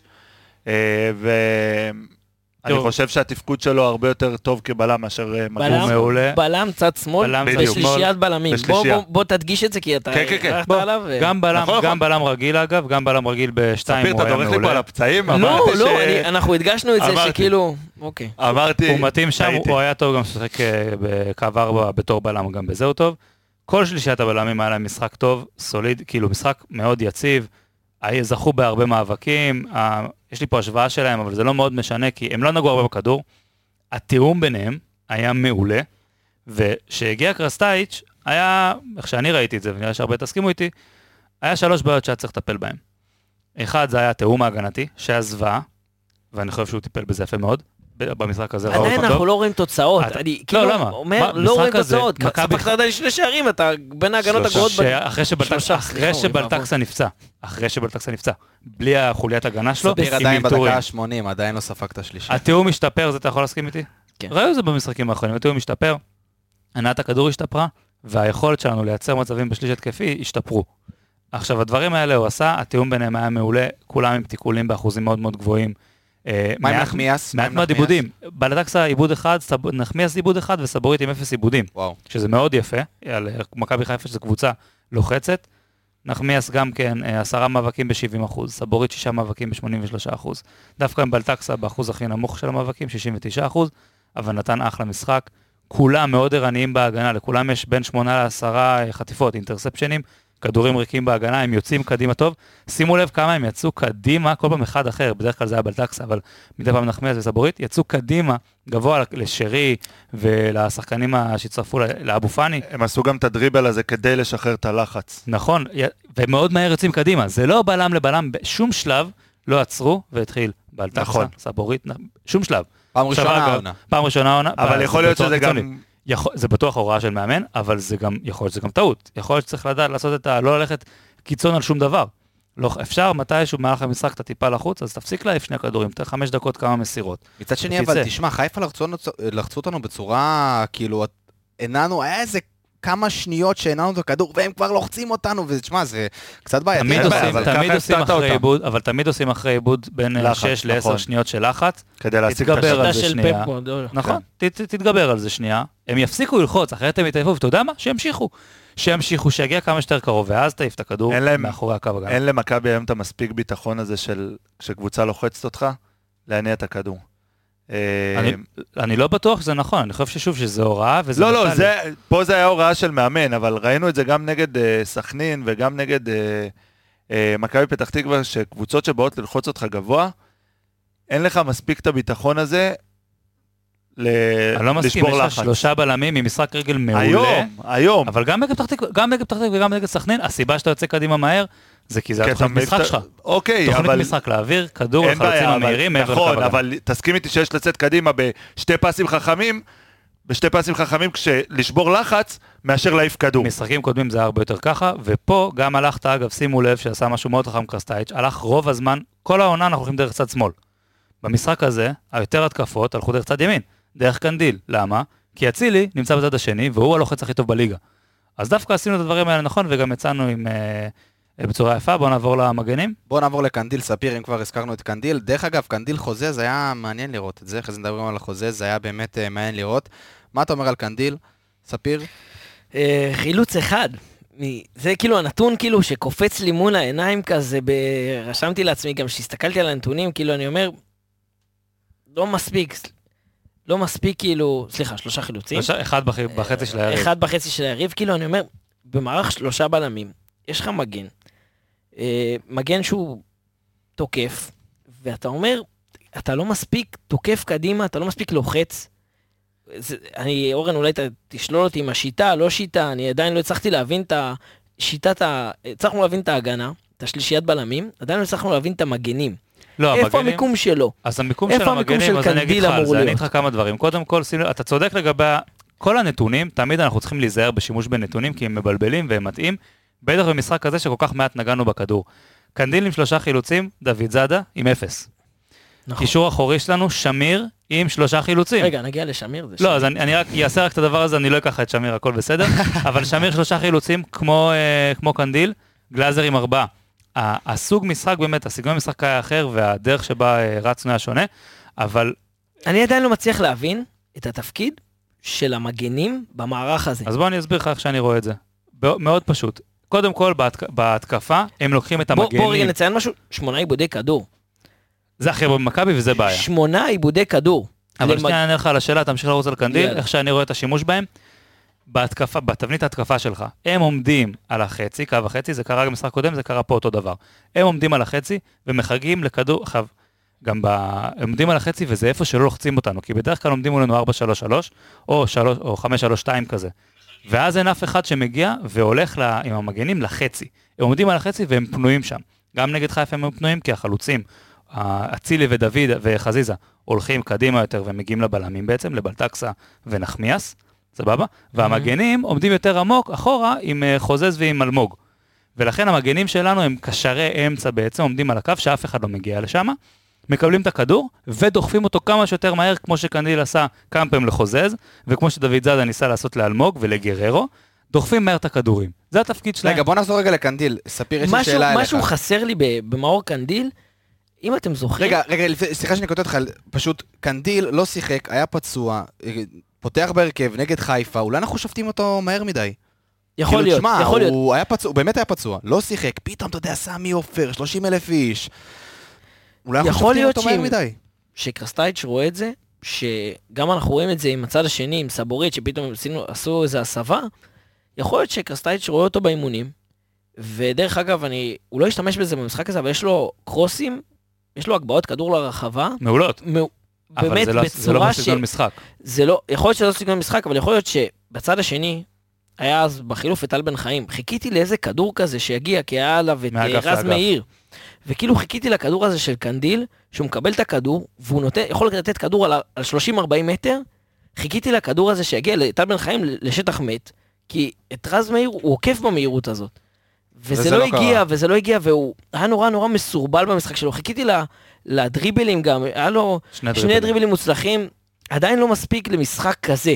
ואני חושב שהתפקוד שלו הרבה יותר טוב כבלם מאשר הוא מעולה. בלם צד שמאל, בשלישיית בלמים. בוא תדגיש את זה, כי אתה הלכת עליו. גם בלם רגיל אגב, גם בלם רגיל בשתיים ספיר, הוא אתה היה דורך לי פה על מעולה. הפצעים? לא, אנחנו הדגשנו את זה שכאילו... אוקיי. אמרתי... הוא מתאים שם, הוא היה טוב גם לשחק בקו 4 בתור בלם, גם בזה הוא טוב. כל שלישיית הבלמים היה להם משחק טוב, סוליד, כאילו משחק מאוד יציב, זכו בהרבה מאבקים, יש לי פה השוואה שלהם, אבל זה לא מאוד משנה, כי הם לא נגעו הרבה בכדור, התיאום ביניהם היה מעולה, ושהגיע קרסטייץ' היה, איך שאני ראיתי את זה, ונראה שהרבה תסכימו איתי, היה 3 בעיות שהיה צריך לטפל בהם. אחד, זה היה התיאום ההגנתי, שהיה זוועה, ואני חושב שהוא טיפל בזה יפה מאוד, במשחק הזה ראו עדיין אותו אנחנו טוב. לא רואים תוצאות. אני כאילו למה? אומר, מה, לא רואים משחק הזה, תוצאות. מכבי- ספגת עדיין 2 שערים, אתה בין ההגנות הגרועות. אחרי שלושה, שבלטקסה נפצע, בלי החוליית הגנה שלו, ספיר עם עדיין אלתורים. בדקה ה-80, עדיין לא ספג את השלישי. התיאום משתפר, זה אתה יכול להסכים איתי? כן. ראינו זה במשחקים האחרונים, התיאום משתפר, הנעת הכדור השתפרה, והיכולת שלנו לייצר מצבים בשליש התקפי השתפרו. עכשיו, הדברים האלה הוא עשה, התיאום ביניהם היה מעולה, כולם עם תיקולים באחוזים מאוד מאוד גבוהים. מה עם נחמיאס? מעט מאוד עיבודים. בלטקסה עיבוד אחד, נחמיאס עיבוד אחד וסבורית עם 0 עיבודים. וואו. שזה מאוד יפה, על מכבי חיפה שזו קבוצה לוחצת. נחמיאס גם כן 10 מאבקים ב-70%, סבורית 6 מאבקים ב-83%. דווקא עם בלטקסה באחוז הכי נמוך של המאבקים, 69%, אבל נתן אחלה משחק. כולם מאוד ערניים בהגנה, לכולם יש בין 8 ל10 חטיפות, אינטרספשנים, כדורים ריקים בהגנה, הם יוצאים קדימה טוב. שימו לב כמה הם יצאו קדימה, כל פעם אחד אחר, בדרך כלל זה היה בלטקסה, אבל מדי פעם נחמיאס וסבורית, יצאו קדימה, גבוה לשרי ולשחקנים שהצטרפו לאבו פאני. הם עשו גם את הדריבל הזה כדי לשחרר את הלחץ. נכון, ומאוד מהר יוצאים קדימה. זה לא בלם לבלם, בשום שלב לא עצרו והתחיל בלטקסה, נכון. סבורית, שום שלב. פעם ראשונה עכשיו, העונה. פעם ראשונה העונה. אבל יכול להיות שזה קיצוני. גם... זה בטוח הוראה של מאמן, אבל זה גם, יכול להיות שזה גם טעות. יכול להיות שצריך לדעת לעשות לא ללכת קיצון על שום דבר. לא, אפשר מתישהו במהלך המשחק אתה טיפה לחוץ, אז תפסיק להעיף 2 כדורים, תן 5 דקות כמה מסירות. מצד שני, תצא. אבל תשמע, חיפה לחצו אותנו בצורה, כאילו, הנענו, היה איזה כמה שניות שהנענו את הכדור, והם כבר לוחצים אותנו, ותשמע, זה קצת בעייתי. אבל תמיד עושים אחרי עיבוד בין 6 ל-10 שניות של לחץ. כדי להשיג את תתגבר על שיטה זה של שנייה. פפ גוארדיולה. נכון, תתגבר על זה שנייה. הם יפסיקו ללחוץ, אחרת הם יתעייפו, ואתה יודע מה? שימשיכו, שיגיע כמה שיותר קרוב, ואז תעיף את הכדור מאחורי הקו הגנה. אין למכבי היום את המספיק ביטחון הזה של כשקבוצה לוחצת אותך, להניע את הכדור. אני לא בטוח שזה נכון, אני חושב ששוב שזה הוראה וזה... לא, פה זה היה הוראה של מאמן, אבל ראינו את זה גם נגד סכנין וגם נגד מכבי פתח תקווה, שקבוצות שבאות ללחוץ אותך גבוה, אין לך מספיק את הביטחון הזה אני לא מסכים, יש לך 3 בלמים ממשחק רגל מעולה. היום. אבל גם נגד פתח תקווה וגם נגד סכנין, הסיבה שאתה יוצא קדימה מהר, זה כי זה התוכנית משחק שלך. אוקיי, אבל... תוכנית משחק להעביר, כדור לחלוצים המהירים מעבר לקו הגנה. נכון, אבל תסכים איתי שיש לצאת קדימה בשתי פסים חכמים, כשלשבור לחץ, מאשר להעיף כדור. משחקים קודמים זה הרבה יותר ככה, ופה גם הלכת, אגב, שימו לב שעשה משהו מאוד חכם קרסטייץ', הלך רוב הזמן, כל העונה אנחנו הולכים דרך צד שמאל. במשחק הזה, היותר התקפות הלכו דרך צד ימין, דרך קנדיל. למה? כי אצילי נמצא בצד השני, והוא הלוחץ הכי טוב בליגה. אז דווקא עשינו את הדברים האלה נכון, וגם יצאנו עם... בצורה יפה, בואו נעבור למגנים. בואו נעבור לקנדיל, ספיר, אם כבר הזכרנו את קנדיל. דרך אגב, קנדיל חוזה, זה היה מעניין לראות את זה, אחרי זה נדברים על החוזה, זה היה באמת מעניין לראות. מה אתה אומר על קנדיל, ספיר? חילוץ אחד. זה כאילו הנתון כאילו שקופץ לי מול העיניים כזה, רשמתי לעצמי גם שהסתכלתי על הנתונים, כאילו אני אומר, לא מספיק כאילו, סליחה, 3 חילוצים. 1 בחצי של היריב. 1 בחצי של היריב, כאילו אני אומר, במערך 3 בלמים, יש לך מגן. מגן שהוא תוקף, ואתה אומר, אתה לא מספיק תוקף קדימה, אתה לא מספיק לוחץ. אורן, אולי תשלול אותי עם השיטה, לא שיטה, אני עדיין לא הצלחתי להבין את השיטה, הצלחנו להבין את ההגנה, את השלישיית בלמים, עדיין לא הצלחנו להבין את המגנים. לא, איפה המיקום שלו? אז המיקום של המגנים, אז אני אגיד לך על זה, אני אגיד לך כמה דברים. קודם כל, אתה צודק לגבי כל הנתונים, תמיד אנחנו צריכים להיזהר בשימוש בנתונים, כי הם מבלבלים והם מתאים, בטח במשחק הזה שכל כך מעט נגענו בכדור. קנדיל עם 3 חילוצים, דוד זאדה עם 0. נכון. קישור אחורי שלנו, שמיר עם 3 חילוצים. רגע, נגיע לשמיר. לא, אז אני רק אעשה רק את הדבר הזה, אני לא אקח את שמיר, הכל בסדר. אבל שמיר 3 חילוצים, כמו קנדיל, גלאזר עם 4. הסוג משחק באמת, הסגנון משחק היה אחר, והדרך שבה רצנו היה שונה, אבל... אני עדיין לא מצליח להבין את התפקיד של המגנים במערך הזה. אז בוא אני אסביר לך איך שאני רואה את זה. מאוד פשוט. קודם כל, בהתקפה, הם לוקחים את המגנים. בוא רגע נציין משהו, 8 עיבודי כדור. זה הכי הרבה במכבי וזה בעיה. 8 עיבודי כדור. אבל שנייה אני אענה לך על השאלה, תמשיך לרוץ על קנדיל, איך שאני רואה את השימוש בהם. בהתקפה, בתבנית ההתקפה שלך, הם עומדים על החצי, קו החצי, זה קרה גם במשחק קודם, זה קרה פה אותו דבר. הם עומדים על החצי ומחגים לכדור, גם הם עומדים על החצי וזה איפה שלא לוחצים אותנו, כי בדרך כלל עומדים מולנו 4-3-3 או 5-3-2 כזה. ואז אין אף אחד שמגיע והולך עם המגנים לחצי. הם עומדים על החצי והם פנויים שם. גם נגד חיפה הם פנויים כי החלוצים אצילי ודוד וחזיזה הולכים קדימה יותר ומגיעים לבלמים בעצם, לבלטקסה ונחמיאס, סבבה? והמגנים עומדים יותר עמוק אחורה עם חוזז ועם אלמוג. ולכן המגנים שלנו הם קשרי אמצע בעצם, עומדים על הקו שאף אחד לא מגיע לשם, מקבלים את הכדור ודוחפים אותו כמה שיותר מהר, כמו שקנדיל עשה כמה פעמים לחוזז, וכמו שדוד זאדה ניסה לעשות לאלמוג ולגררו, דוחפים מהר את הכדורים. זה התפקיד שלהם. רגע, בוא נחזור רגע לקנדיל. ספיר, יש לי שאלה אליך. משהו חסר לי במאור קנדיל, אם אתם זוכרים... רגע, סליחה שאני כותב אותך, פשוט קנדיל לא שיחק, היה פצוע, פותח בהרכב נגד חיפה, אולי אנחנו שופטים אותו מהר מדי. יכול להיות, יכול להיות. הוא היה פצוע, הוא באמת היה פצוע, לא שיחק, פתאום אתה יודע, סמי עופר, 30,000 איש. אולי אנחנו שופטים אותו מהר מדי. שקרסטייץ' רואה את זה, שגם אנחנו רואים את זה עם הצד השני, עם סבורית, שפתאום עשו איזו הסבה, יכול להיות שקרסטייץ' רואה אותו באימונים, ודרך אגב, הוא לא ישתמש בזה במשחק הזה, אבל יש לו קרוסים, יש לו הגבהות כדור לרחבה. מעולות. באמת אבל זה לא בסגנון משחק. יכול להיות שזה לא בסגנון משחק, אבל יכול להיות שבצד השני, היה אז בחילוף את טל בן חיים, חיכיתי לאיזה כדור כזה שיגיע, כי היה עליו את רז מאיר, וכאילו חיכיתי לכדור הזה של קנדיל, שהוא מקבל את הכדור, והוא יכול לתת כדור על 30-40 מטר, חיכיתי לכדור הזה שיגיע לטל בן חיים לשטח מת, כי את רז מאיר הוא עוקף במהירות הזאת. וזה לא הגיע, והוא היה נורא מסורבל במשחק שלו. חיכיתי לדריבלים גם, היה לו שני דריבלים מוצלחים, עדיין לא מספיק למשחק כזה.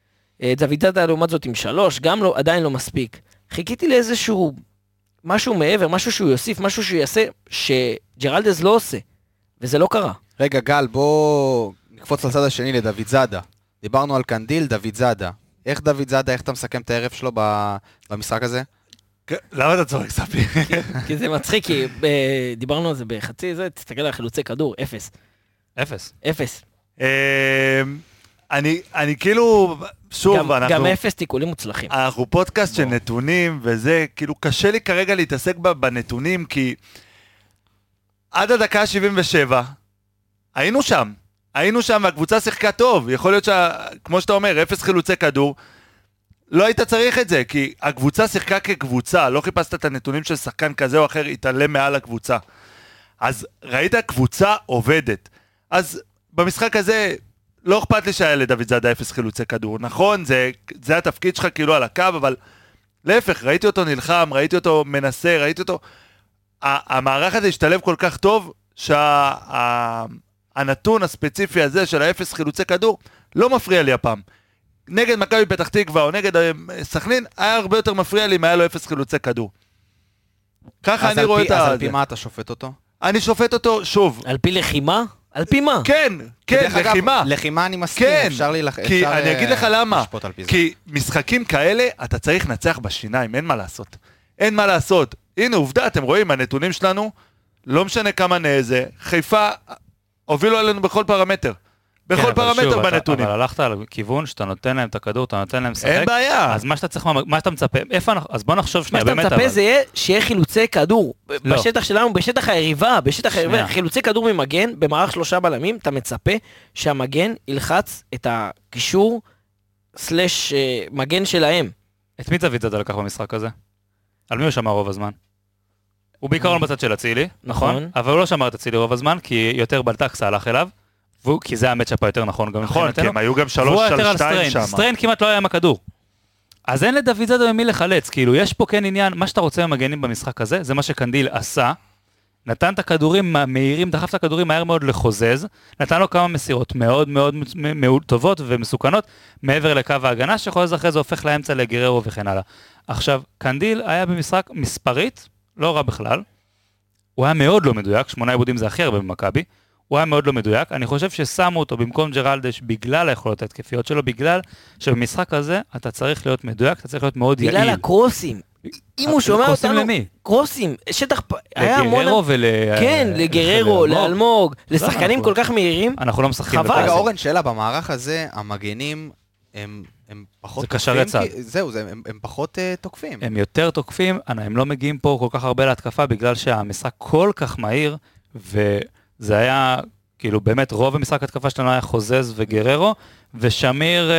דוד זאדה לעומת זאת עם 3, גם עדיין לא מספיק. חיכיתי לאיזשהו משהו מעבר, משהו שהוא יוסיף, משהו שהוא יעשה, שג'רלדז לא עושה, וזה לא קרה. רגע, גל, בוא נקפוץ לצד השני לדוד זאדה. דיברנו על קנדיל, דוד זאדה. איך דוד זאדה, איך אתה מסכם את הערב שלו במשחק הזה? למה אתה צורק ספיר? כי זה מצחיק, כי דיברנו על זה בחצי, תסתכל על חילוצי כדור, 0. אני כאילו, שוב, גם 0 תיקולים מוצלחים. אנחנו פודקאסט של נתונים, וזה כאילו קשה לי כרגע להתעסק בנתונים, כי עד הדקה 77, היינו שם והקבוצה שיחקה טוב, יכול להיות כמו שאתה אומר, 0 חילוצי כדור, לא היית צריך את זה, כי הקבוצה שיחקה כקבוצה, לא חיפשת את הנתונים של שחקן כזה או אחר, התעלם מעל הקבוצה. אז ראית קבוצה עובדת. אז במשחק הזה, לא אכפת לי שהיה לדוד זאדה 0 חילוצי כדור. נכון, זה התפקיד שלך כאילו על הקו, אבל להפך, ראיתי אותו נלחם, ראיתי אותו מנסה, ראיתי אותו... המערך הזה השתלב כל כך טוב, שהנתון הספציפי הזה של ה-0 חילוצי כדור, לא מפריע לי הפעם. נגד מכבי פתח תקווה או נגד סכנין, היה הרבה יותר מפריע לי אם היה לו 0 חילוצי כדור. ככה אני רואה את זה. אז על פי מה אתה שופט אותו? אני שופט אותו, שוב. על פי לחימה? על פי מה? כן, לחימה. לחימה אני מסכים, אפשר להילחם. כי אני אגיד לך למה. כי משחקים כאלה, אתה צריך לנצח בשיניים, אין מה לעשות. אין מה לעשות. הנה, עובדה, אתם רואים, הנתונים שלנו, לא משנה כמה נעזה, חיפה הובילו עלינו בכל פרמטר. בכל פרמטר בנתונים. אבל הלכת על כיוון שאתה נותן להם את הכדור, אתה נותן להם לשחק. אין בעיה. אז מה שאתה צריך, מה שאתה מצפה, אז בוא נחשוב שנייה, באמת. מה שאתה מצפה זה יהיה שיהיה חילוצי כדור. בשטח שלנו, בשטח היריבה, חילוצי כדור ממגן, במערך 3 בלמים, אתה מצפה שהמגן ילחץ את הקישור סלש מגן שלהם. את מי דוד זאדה לקח במשחק הזה? על מי הוא שמר רוב הזמן? הוא בעיקרון בצד של אצילי, נכון? אבל הוא לא שמר את אצילי רוב הזמן, כי יותר בלטקסה הלך אליו. כי זה המצ'אפ היותר נכון גם נכון, כי הם היו גם 3-2 שם. סטריין כמעט לא היה עם הכדור. אז אין לדוד זאדה במי לחלץ, כאילו יש פה כן עניין, מה שאתה רוצה במגנים במשחק הזה, זה מה שקנדיל עשה, נתן את הכדורים מהירים, דחף את הכדורים מהר מאוד לחוזז, נתן לו כמה מסירות מאוד מאוד טובות ומסוכנות, מעבר לקו ההגנה, שחוזז אחרי זה הופך לאמצע לגררו וכן הלאה. עכשיו, קנדיל היה במשחק מספרית, לא רע בכלל, הוא היה מאוד לא מדויק, 8 עיבודים זה הכי הרבה במכבי, הוא היה מאוד לא מדויק, אני חושב ששמו אותו במקום ג'רלדש בגלל היכולות ההתקפיות שלו, בגלל שבמשחק הזה אתה צריך להיות מדויק, אתה צריך להיות מאוד יעיל. בגלל הקרוסים. אם הוא שומע אותנו, קרוסים, שטח, היה המון... לגררו כן, לגררו, לאלמוג, לשחקנים כל כך מהירים. אנחנו לא משחקים. רגע, אורן, שאלה, במערך הזה, המגנים הם פחות תוקפים? זהו, הם פחות תוקפים. הם יותר תוקפים, הם לא מגיעים פה כל כך הרבה להתקפה, בגלל שהמשחק כל כך מהיר, זה היה, כאילו, באמת, רוב המשחק התקפה שלנו היה חוזז וגררו, ושמיר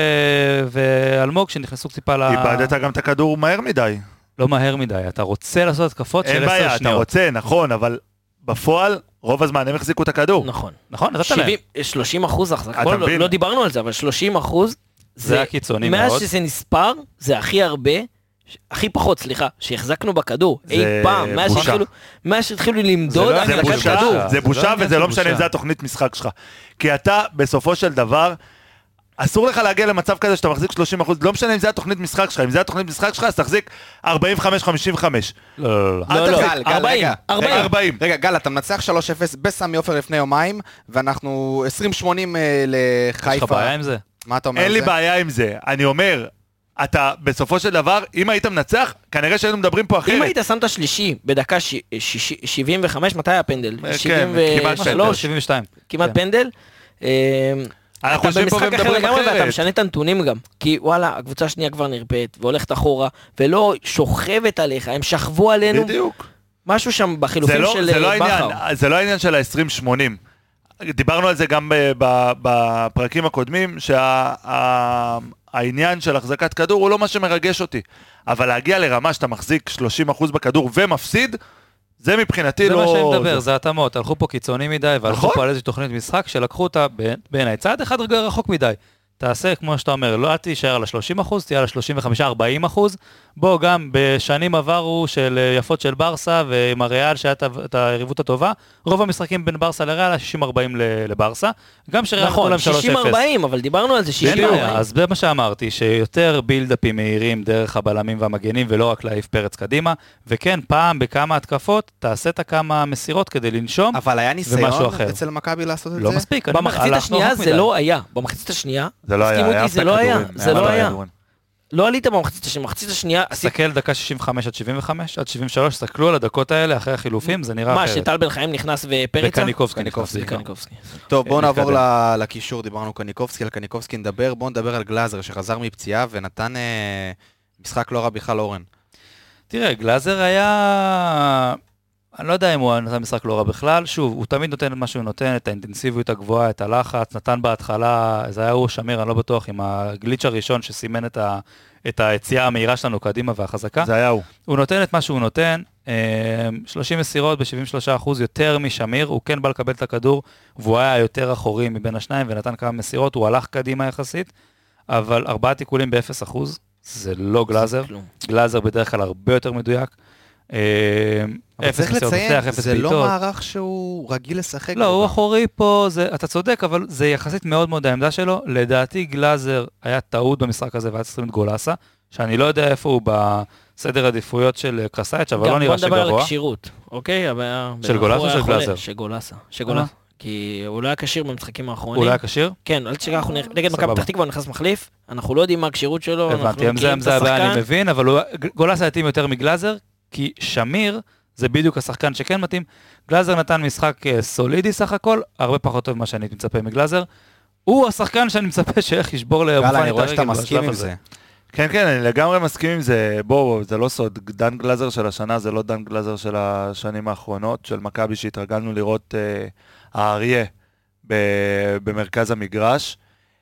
ואלמוג שנכנסו טיפה איבדת גם את הכדור מהר מדי. לא מהר מדי, אתה רוצה לעשות התקפות של 10 שניות. אין בעיה, אתה רוצה, נכון, אבל בפועל, רוב הזמן הם החזיקו את הכדור. נכון. נכון, נתת להם. 30% החזקה, אתה מבין? לא דיברנו על זה, אבל 30% זה הקיצוני מאז מאוד. שזה נספר, זה הכי פחות, סליחה, שהחזקנו בכדור, אי פעם, מאז שהתחילו למדוד זה החזקת בושה, כדור. זה בושה, עניין וזה של לא משנה אם בושה. זה התוכנית משחק שלך. כי אתה, בסופו של דבר, אסור לך להגיע למצב כזה שאתה מחזיק 30%, לא משנה אם זה התוכנית משחק שלך, אם זה התוכנית משחק שלך, אז תחזיק 45-55. לא. לא, לא, גל, 40, רגע, 40. רגע, גל, אתה מנצח 3-0 בסמי עופר לפני יומיים, ואנחנו 20-80 לחיפה. יש לך בעיה עם זה? מה אתה אומר על אין זה? לי בעיה עם זה. אני אומר, אתה בסופו של דבר, אם היית מנצח, כנראה שהיינו מדברים פה אחרת. אם היית שם את השלישי בדקה 75, מתי היה פנדל? כן, כמעט פנדל. 73, 72. כמעט כן. פנדל. אנחנו אתה יושבים פה במשחק אחר ומדברים לגמרי ואתה אחרת. משנה את הנתונים גם. כי וואלה, הקבוצה השנייה כבר נרפאת והולכת אחורה, ולא שוכבת עליך, הם שכבו עלינו. בדיוק. משהו שם בחילופים של בכר. זה לא העניין של ה-20-80. דיברנו על זה גם בפרקים הקודמים, שהעניין של החזקת כדור הוא לא מה שמרגש אותי. אבל להגיע לרמה שאתה מחזיק 30% בכדור ומפסיד, זה מבחינתי זה לא... מה שאני מדבר, זה התאמות. הלכו פה קיצוני מדי, והלכו נכון. פה על איזושהי תוכנית משחק, שלקחו אותה בעיניי צעד אחד רחוק מדי. תעשה, כמו שאתה אומר, לא תישאר על ה-30%, תהיה על ה-35-40%. בוא, גם בשנים עברו של יפות של ברסה, ועם הריאל שהייתה את היריבות הטובה, רוב המשחקים בין ברסה לריאל, 60-40 לברסה. גם שריאל נתנו נכון, להם 3-0. 60-40, אבל דיברנו על זה, 60-40. אז זה מה שאמרתי, שיותר בילדאפים מהירים דרך הבלמים והמגנים, ולא רק להעיף פרץ קדימה, וכן, פעם בכמה התקפות, תעשה את הכמה מסירות כדי לנשום, אבל היה ניסיון ומשהו אחר. אצל מכבי לעשות את זה? לא מספיק. אני אומר, במחצית הלכנו השנייה רחוק זה מדי. לא היה. במחצית השנייה, זה לא היה, הסכימו היה אותי, זה לא היה. זה לא היה. לא עלית במחצית השנייה. במחצית השנייה, תסתכל דקה 65 עד 75, עד 73, תסתכלו על הדקות האלה אחרי החילופים, זה נראה מה, אחרת. שטל בן חיים נכנס ופריצה? וקניקובסקי. קניקובסקי. טוב, בואו נעבור נתקדם. לקישור, דיברנו קניקובסקי, על קניקובסקי נדבר, בואו נדבר על גלאזר שחזר מפציעה ונתן משחק לא רע בכלל אורן. תראה, גלאזר היה... אני לא יודע אם הוא נתן משחק לא רע בכלל, שוב, הוא תמיד נותן את מה שהוא נותן, את האינטנסיביות הגבוהה, את הלחץ, נתן בהתחלה, זה היה הוא שמיר, אני לא בטוח, עם הגליץ' הראשון שסימן את היציאה המהירה שלנו קדימה והחזקה. זה היה הוא. הוא נותן את מה שהוא נותן, 30 מסירות ב-73% יותר משמיר, הוא כן בא לקבל את הכדור, והוא היה יותר אחורי מבין השניים ונתן כמה מסירות, הוא הלך קדימה יחסית, אבל 4 תיקולים ב-0%, זה לא גלאזר, גלאזר בדרך כלל הרבה יותר מדויק. אבל צריך לציין, זה לא בעיטות. מערך שהוא רגיל לשחק. לא, הוא אחורי פה, אתה צודק, אבל זה יחסית מאוד מאוד העמדה שלו. לדעתי גלאזר היה טעות במשחק הזה והיה צריכים את גולסה, שאני לא יודע איפה הוא בסדר עדיפויות של קרסייץ', אבל לא נראה שגבוה. גם בוא נדבר על הקשירות, אוקיי? של גולסה או של גלאזר? של גולסה. כי הוא לא היה קשיר במשחקים האחרונים. הוא לא היה קשיר? כן, אל תשכח, נגד מכבי פתח תקווה הוא נכנס מחליף, אנחנו לא יודעים מה הקשירות שלו, הבנתי, אם זה הבעיה אני מבין, אבל גולסה יתאים יותר מגלאזר, כי שמיר זה בדיוק השחקן שכן מתאים. גלאזר נתן משחק סולידי סך הכל, הרבה פחות טוב ממה שאני מצפה מגלאזר. הוא השחקן שאני מצפה שאיך ישבור לאבו פאני את הרגל. אני רואה שאתה מסכים עם זה. כן, כן, אני לגמרי מסכים עם זה. בואו, זה לא סוד. דן גלאזר של השנה זה לא דן גלאזר של השנים האחרונות, של מכבי שהתרגלנו לראות האריה במרכז המגרש.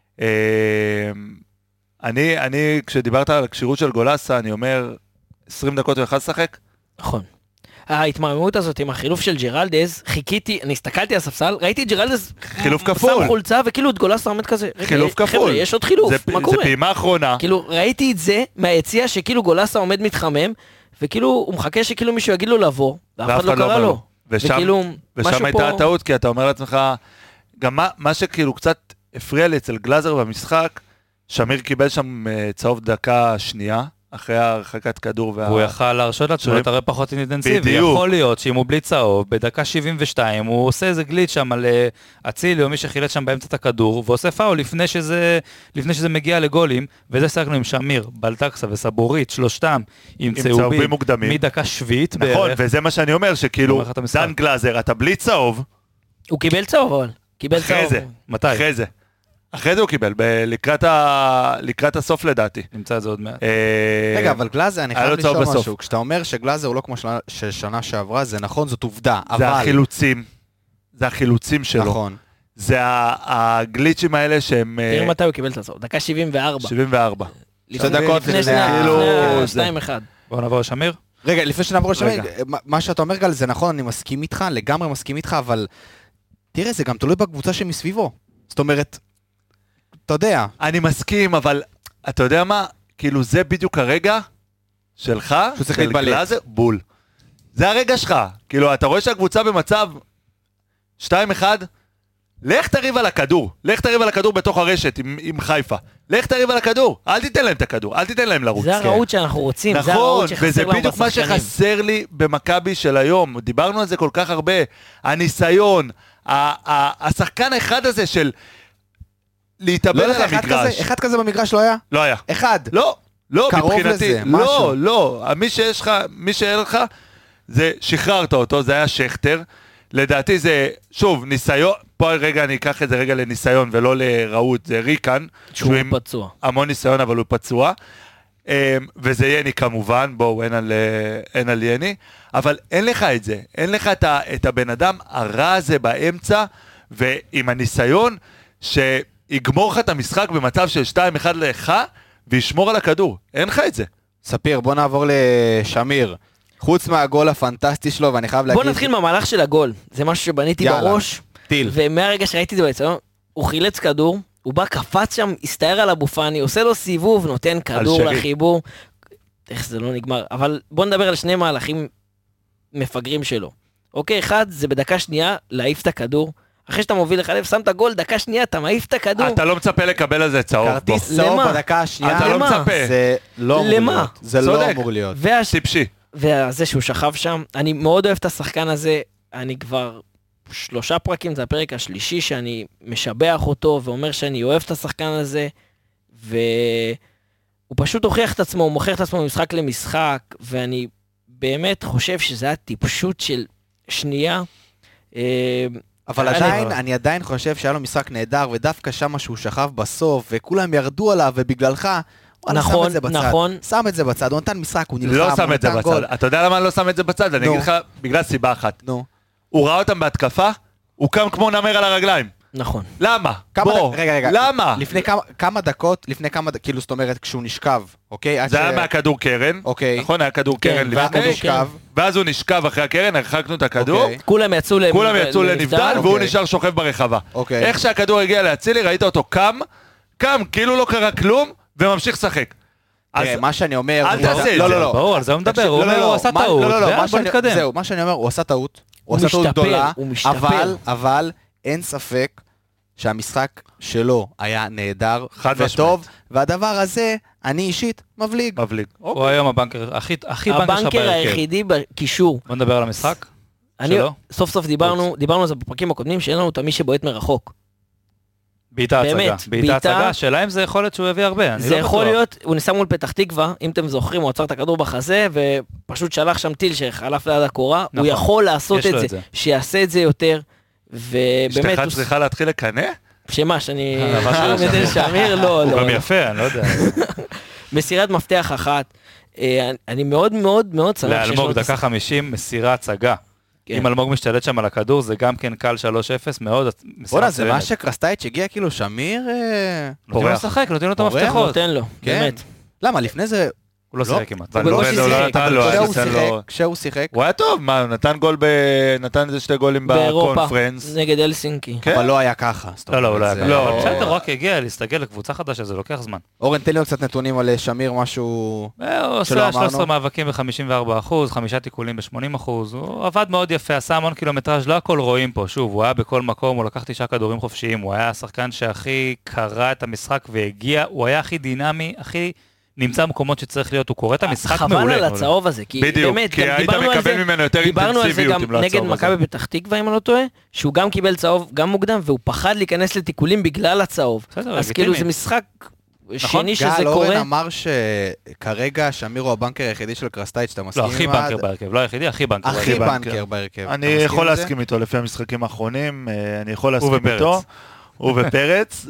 אני, כשדיברת על הקשירות של גולסה, אני אומר, 20 דקות הוא יכול לשחק? נכון. ההתמהמהות הזאת עם החילוף של ג'רלדז, חיכיתי, אני הסתכלתי על הספסל, ראיתי את ג'רלדז חילוף כפול. שם חולצה וכאילו את גולסה עומד כזה. חילוף כפול. חבר'ה, יש עוד חילוף, מה קורה? זה פעימה אחרונה. כאילו ראיתי את זה מהיציאה שכאילו גולסה עומד מתחמם, וכאילו הוא מחכה שכאילו מישהו יגיד לו לבוא, ואף אחד לא קרא לו. ושם הייתה הטעות, כי אתה אומר לעצמך, גם מה שכאילו קצת הפריע לי אצל גלאזר במשחק, שמיר קיבל שם צהוב דקה שנייה, אחרי הרחקת כדור. הוא יכל להרשות לעצמו להתערב פחות אינטנסיבי. יכול להיות שאם הוא בלי צהוב, בדקה 72, הוא עושה איזה גליץ' שם על אצילי, או מי שחילץ שם באמצע את הכדור, ועושה פאול לפני שזה מגיע לגולים, וזה סגנו עם שמיר, בלטקסה וסבורית, שלושתם עם צהובים מוקדמים. מדקה שביעית בערך. נכון, וזה מה שאני אומר, שכאילו, דן גלאזר, אתה בלי צהוב. הוא קיבל צהוב, אבל. קיבל צהוב. אחרי זה. מתי? אחרי זה הוא קיבל, לקראת הסוף לדעתי. נמצא את זה עוד מעט. רגע, אבל גלאזר, אני חייב לשאול משהו. כשאתה אומר שגלאזר הוא לא כמו שנה שעברה, זה נכון, זאת עובדה, אבל... זה החילוצים שלו. נכון. זה הגליצ'ים האלה שהם... תראה מתי הוא קיבל את הסוף, דקה 74. 74. שתי דקות לפני לפני... 2-1. בואו נעבור לשמיר. רגע, לפני שנעבור לשמיר, רגע. מה שאתה אומר גל זה נכון, אני מסכים איתך, לגמרי מסכים איתך, אבל תראה, זה גם תלוי בקבוצה שמסביבו. זאת אומרת, אתה יודע, אני מסכים, אבל אתה יודע מה? כאילו זה בדיוק הרגע שלך, שהוא צריך של להתבלט. גלאזר, בול. זה הרגע שלך. כאילו, אתה רואה שהקבוצה במצב 2-1, לך תריב על הכדור. לך תריב על הכדור בתוך הרשת עם חיפה. לך תריב על הכדור. אל תיתן להם את הכדור. אל תיתן להם לרוץ. זה הרעות שאנחנו רוצים, זה נכון, הרעות שחסר וזה לנו בדיוק מה בשחקנים. שחסר לי במכבי של היום. דיברנו על זה כל כך הרבה. הניסיון, השחקן האחד הזה של להתאבל על המגרש. אחד כזה במגרש לא היה? לא היה. אחד. לא, קרוב מבחינתי. לזה, משהו. לא. מי שהיה לך, זה שחררת אותו, זה היה שכטר. לדעתי זה, שוב, ניסיון, פה רגע אני אקח את זה רגע לניסיון ולא לראות, זה ריקן. שהוא עם פצוע. המון ניסיון, אבל הוא פצוע. וזה יני כמובן, בואו, אין על יני. אבל אין לך את זה. אין לך את הבן אדם הרע הזה באמצע, ועם הניסיון שיגמור לך את המשחק במצב של 2-1 לך, וישמור על הכדור. אין לך את זה. ספיר, בוא נעבור לשמיר. חוץ מהגול הפנטסטי שלו, ואני חייב להגיד... בוא נתחיל מהמהלך של הגול. זה משהו שבניתי יאללה. בראש. טיל. ומהרגע שראיתי את זה בעצם, הוא חילץ כדור, הוא בא, קפץ שם, הסתער על אבו פאני, עושה לו סיבוב, נותן כדור שרי. לחיבור. איך זה לא נגמר. אבל בוא נדבר על שני מהלכים מפגרים שלו. אוקיי, אחד, זה בדקה שנייה להעיף את הכדור. אחרי שאתה מוביל 1-0, שם את הגול, דקה שנייה, אתה מעיף את הכדור. אתה לא מצפה לקבל על זה צהוב. כרטיס בוא. צהוב למה? בדקה השנייה. אתה לא למה? מצפה. זה לא אמור למה? להיות. זה לא צודק. אמור להיות. טיפשי. וזה שהוא שכב שם, אני מאוד אוהב את השחקן הזה, אני כבר 3 פרקים, זה הפרק השלישי שאני משבח אותו ואומר שאני אוהב את השחקן הזה, והוא פשוט הוכיח את עצמו, הוא מוכיח את עצמו ממשחק למשחק, ואני באמת חושב שזה היה טיפשות של שנייה. אבל היה עדיין, לי- אני עדיין חושב שהיה לו משחק נהדר, ודווקא שמה שהוא שכב בסוף, וכולם ירדו עליו, ובגללך, וואלה, שם נכון, את זה בצד. נכון. שם את זה בצד, הוא נתן משחק, הוא נלחם, לא שם הוא את זה נתן בצד. גול. אתה יודע למה אני לא שם את זה בצד? אני נו. אגיד לך, בגלל סיבה אחת. נו. הוא ראה אותם בהתקפה, הוא קם כמו נמר על הרגליים. נכון. למה? כמה בוא. רגע. למה? לפני כמה דקות, כאילו, זאת אומרת, כשהוא נשכב, אוקיי? עד זה היה מהכדור קרן. אוקיי. נכון, היה כדור כן, קרן והיה לפני. כדור נשכב. ואז הוא נשכב אחרי הקרן, הרחקנו את הכדור. אוקיי. כולם יצאו לנבדל, והוא אוקיי. נשאר שוכב ברחבה. אוקיי. איך שהכדור הגיע להצילי, ראית אותו קם, כאילו לא קרה כלום, וממשיך לשחק. תראה, מה שאני אומר... אל תעשה את זה. לא. ברור, על זה הוא מדבר, תקשיב, הוא אומר, הוא עשה טעות, מה בוא שאני- נתקדם. זהו, מה שאני אומר, הוא עשה טעות. הוא הוא עשה טעות משתפר, גדולה, הוא משתפר. אבל אין ספק שהמשחק שלו היה נהדר חד וטוב, והדבר הזה, אני אישית מבליג. מבליג. הוא היום הבנקר, הכי בנקר שלך הבנקר בהרכב. היחידי בקישור. בוא נדבר על המשחק. אני שלו? סוף סוף דיברנו על זה בפרקים הקודמים, שאין לנו את מי שבועט מרחוק. בעיטה הצגה. באמת, בעיטה הצגה, שאלה אם זה יכול להיות שהוא יביא הרבה, אני זה לא יכול בטוח. להיות, הוא ניסה מול פתח תקווה, אם אתם זוכרים, הוא עצר את הכדור בחזה, ופשוט שלח שם טיל שחלף ליד הקורה, הוא נכון. יכול לעשות יש לו את את זה, זה. שיעשה את זה יותר, ובאמת, אשתך הוא... צריכה להתחיל לקנא? שמה, שאני... אבל שלו מדל שמיר, לא, הוא לא. גם יפה, אני לא יודע. מסירת מפתח אחת, אני מאוד מאוד מאוד שמח שיש לו לאלמוג את דקה 50, מסירה הצגה. כן. אם אלמוג משתלט שם על הכדור, זה גם כן קל 3-0, מאוד בוא'נה, מסירה זה מה מצוינת. שקרסטייץ' הגיע כאילו שמיר... נותנים לו לשחק, נותנים לו את פורח. המפתחות. נותן לו, כן. באמת. למה, לפני זה... הוא לא לא. שיחק כמעט. אבל הוא לא בקושי לא שיחק, נתן אבל לו, כשהוא נתן שיחק, לו. כשהוא שיחק, הוא היה טוב, מה, נתן איזה 2 גולים באירופה, בקונפרנס. נגד אלסינקי. כן. אבל לא היה ככה. זאת לא, הוא לא אומרת, היה זה- ככה. לא. אבל בסדר, הוא רק הגיע להסתגל לקבוצה חדשה, זה לוקח זמן. אורן, תן לי עוד קצת נתונים על שמיר, משהו... הוא שלא עושה אמרנו. 13 מאבקים ב-54%, 5 תיקולים ב-80%, הוא עבד מאוד יפה, עשה המון קילומטראז', לא הכל רואים פה, שוב, הוא היה בכל מקום, הוא לקח 9 כדורים חופשיים, הוא היה השחקן שהכי קרא את המשחק והגיע, הוא היה הכי דינמי, הכי נמצא במקומות שצריך להיות, הוא קורא את המשחק מעולה. חבל על הצהוב הזה, כי בדיוק, באמת, כי גם היית דיברנו על מקבל זה, ממנו יותר דיברנו על זה אינטנסיביות גם אם לא נגד הצהוב הזה. מכבי פתח תקווה, אם אני לא טועה, שהוא גם קיבל צהוב גם מוקדם, והוא פחד להיכנס לתיקולים בגלל הצהוב. בסדר, אז לגיטימי. כאילו זה משחק שני שזה גל, אורן קורה. אמר שכרגע שמיר הוא הבנקר היחידי של קרסטייץ', אתה מסכים לא, הכי עם בנקר בהרכב, לא היחידי, הכי בנקר הכי בהרכב. בנקר בהרכב. אתה אני מסכים יכול עם זה? להסכים איתו לפי המשחקים האחרונים, אני יכול הוא להסכים ופרץ. איתו. הוא ופרץ,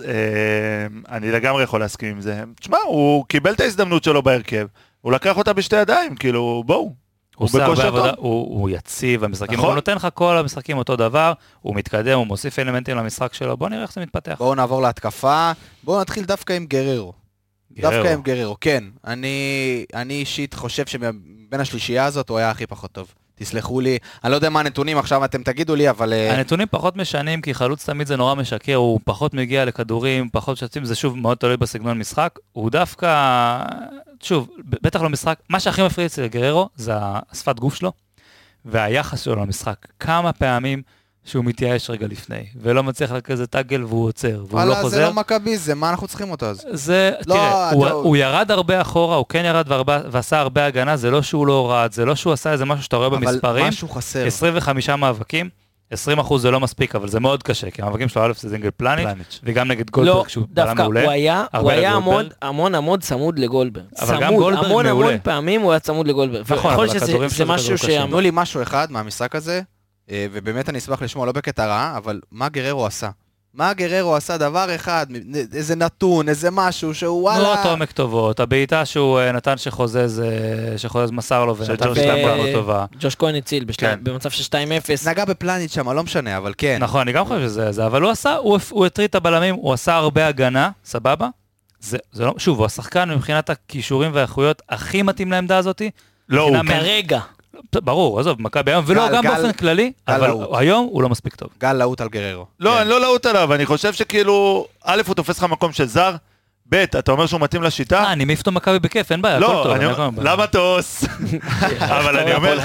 אני לגמרי יכול להסכים עם זה. תשמע, הוא קיבל את ההזדמנות שלו בהרכב, הוא לקח אותה בשתי ידיים, כאילו, בואו. הוא עושה הרבה בכושר עבודה, טוב. הוא יציב במשחקים, נכון. הוא נותן לך כל המשחקים אותו דבר, הוא מתקדם, הוא מוסיף אלמנטים למשחק שלו, בוא נראה איך זה מתפתח. בואו נעבור להתקפה, בואו נתחיל דווקא עם גררו. דווקא עם גררו, כן. אני אישית חושב שבין השלישייה הזאת הוא היה הכי פחות טוב. תסלחו לי, אני לא יודע מה הנתונים עכשיו, אתם תגידו לי, אבל... הנתונים פחות משנים, כי חלוץ תמיד זה נורא משקר, הוא פחות מגיע לכדורים, פחות שצים, זה שוב מאוד תלוי בסגנון משחק, הוא דווקא, שוב, בטח לא משחק, מה שהכי מפריע אצל גררו, זה השפת גוף שלו, והיחס שלו למשחק. כמה פעמים שהוא מתייאש רגע לפני, ולא מצליח לכזה טאגל והוא עוצר, והוא לא חוזר. זה לא מכבי, זה מה אנחנו צריכים אותו אז? זה, תראה, הוא ירד הרבה אחורה, הוא כן ירד ועשה הרבה הגנה, זה לא שהוא לא רעד, זה לא שהוא עשה איזה משהו שאתה רואה במספרים. אבל משהו חסר. 25 מאבקים, 20% זה לא מספיק, אבל זה מאוד קשה, כי המאבקים שלו א' זה זינגל פלניץ', וגם נגד גולדברג שהוא בלם מעולה. לא, דווקא, הוא היה המון צמוד לגולדברג. אבל גם גולדברג מעולה. המון פעמים הוא היה צמוד לגולדברג. נכון, אבל הכדורים שלו זה כדור קשה. תנו לי משהו אחד מהמשחק הזה, ובאמת אני אשמח לשמוע, לא בקטע רע, אבל מה גררו עשה? מה גררו עשה? דבר אחד, איזה נתון, איזה משהו שהוא וואלה... לא תעומק טובות, הבעיטה שהוא נתן שחוזז מסר לו ונתן שתיים טובה. ג'וש כהן הציל במצב של 2-0. נגע בפלניץ' שם, לא משנה, אבל כן. נכון, אני גם חושב שזה זה, אבל הוא עשה, הוא הטריד את הבלמים, הוא עשה הרבה הגנה, סבבה? שוב, הוא השחקן מבחינת הכישורים והאיכויות הכי מתאים לעמדה הזאת. לא, הוא כרגע. ברור, עזוב, מכבי היום, ולא גם באופן כללי, אבל היום הוא לא מספיק טוב. גל להוט על גררו. לא, אני לא להוט עליו, אני חושב שכאילו, א', הוא תופס לך מקום של זר, ב', אתה אומר שהוא מתאים לשיטה. אני מעיף אותו מכבי בכיף, אין בעיה, הכל לא, טוב. למה תוס? אבל אני אומר,